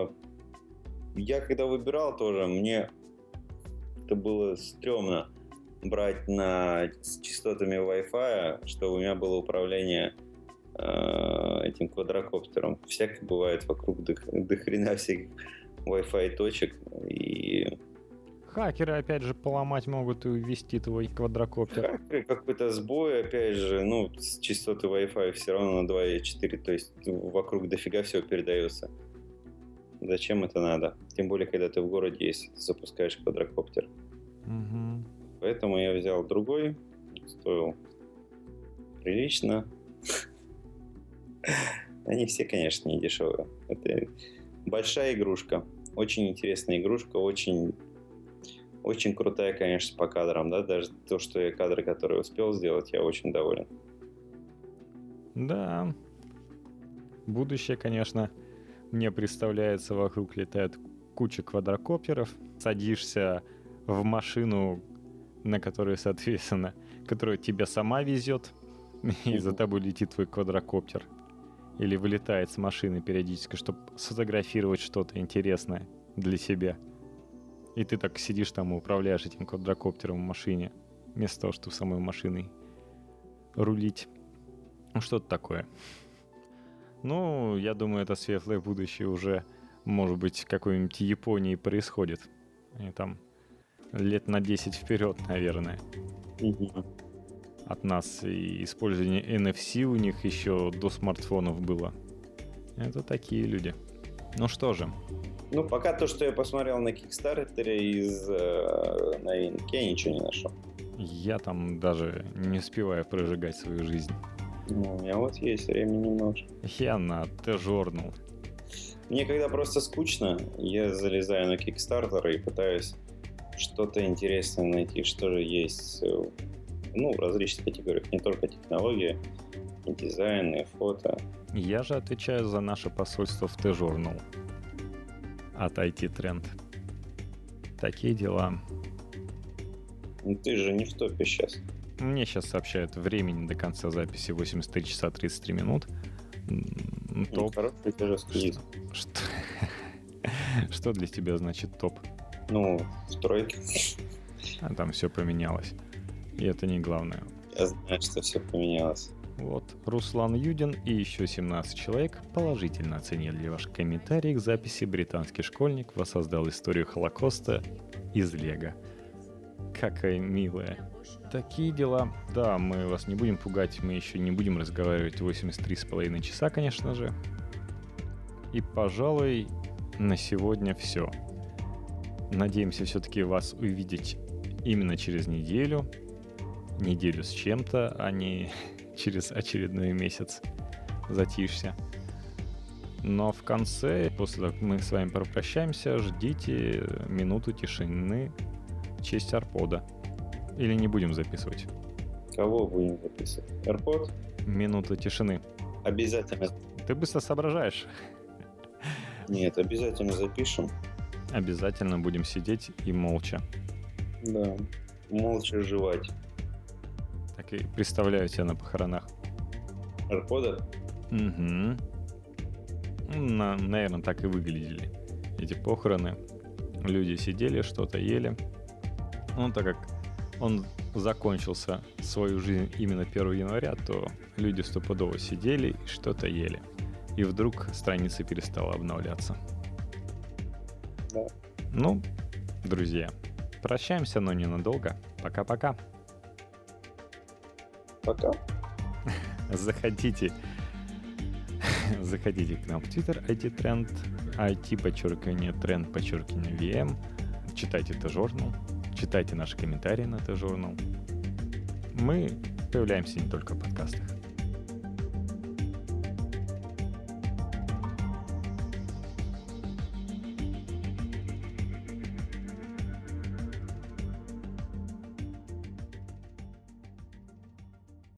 Я когда выбирал тоже, мне это было стрёмно. брать с частотами Wi-Fi, чтобы у меня было управление этим квадрокоптером. Всякое бывает вокруг до хрена всяких Wi-Fi точек. И Хакеры, опять же, поломать могут и увести твой квадрокоптер. хакеры, какой-то сбой, опять же, с частоты Wi-Fi все равно на 2,4, то есть вокруг дофига всего передается. Зачем это надо? Тем более, когда ты в городе, если ты запускаешь квадрокоптер. Угу. Поэтому я взял другой, стоил прилично. Они все, конечно, не дешевые. Это большая игрушка, очень интересная игрушка, очень, очень крутая, конечно, по кадрам, да, даже то, что я кадры, которые успел сделать, я очень доволен. Да. Будущее, конечно, мне представляется, вокруг летает куча квадрокоптеров, садишься в машину, на которую, соответственно, которая тебя сама везет, и за тобой летит твой квадрокоптер. Или вылетает с машины периодически, чтобы сфотографировать что-то интересное для себя. И ты так сидишь там и управляешь этим квадрокоптером в машине, вместо того, чтобы самой машиной рулить. Ну, что-то такое. Ну, я думаю, это светлое будущее уже, может быть, в какой-нибудь Японии происходит. И там лет на 10 вперед, наверное. От нас. И использование NFC у них еще до смартфонов было. Это такие люди. Ну что же. Ну, пока то, что я посмотрел на Кикстартере из новинки, я ничего не нашел. Я там даже не успеваю прожигать свою жизнь. Ну, у меня вот есть время немножко. Я на T-Journal. Мне когда просто скучно, я залезаю на Kickstarter и пытаюсь что-то интересное найти, что же есть, в различных категориях, не только технологии, и дизайн, и фото. Я же отвечаю за наше посольство в T-Journal от IT Trend. Такие дела. Ну, ты же не в топе сейчас. Мне сейчас сообщают времени до конца записи 83 часа 33 минут. Топ. Хороший даже сквиз. Что для тебя значит топ? Ну, в тройке. А там все поменялось. И это не главное. Я знаю, что все поменялось. Вот, Руслан Юдин и еще 17 человек положительно оценили ваш комментарий к записи «Британский школьник воссоздал историю Холокоста из Лего». Какая милая. Такие дела. Да, мы вас не будем пугать, мы еще не будем разговаривать 83,5 часа, конечно же. И, пожалуй, на сегодня все. Надеемся все-таки вас увидеть именно через неделю. Неделю с чем-то, а не через очередной месяц затишья. Но в конце, после того, как мы с вами попрощаемся, ждите минуту тишины в честь Арпода. Или не будем записывать? Кого будем записывать? AirPod? Минута тишины. Обязательно. Ты быстро соображаешь. Нет, обязательно запишем. Обязательно будем сидеть и молча. Да, молча жевать. Так и представляю тебя на похоронах. AirPod? Угу. Наверное, так и выглядели эти похороны. Люди сидели, что-то ели. Ну, так как он закончился свою жизнь именно 1 января, то люди стопудово сидели и что-то ели. И вдруг страница перестала обновляться. Да. Ну, друзья, прощаемся, но ненадолго. Пока-пока. Пока. Заходите к нам в Twitter IT-тренд, IT_тренд_VM. Читайте T-Journal, читайте наши комментарии на T-Journal. Мы появляемся не только в подкастах.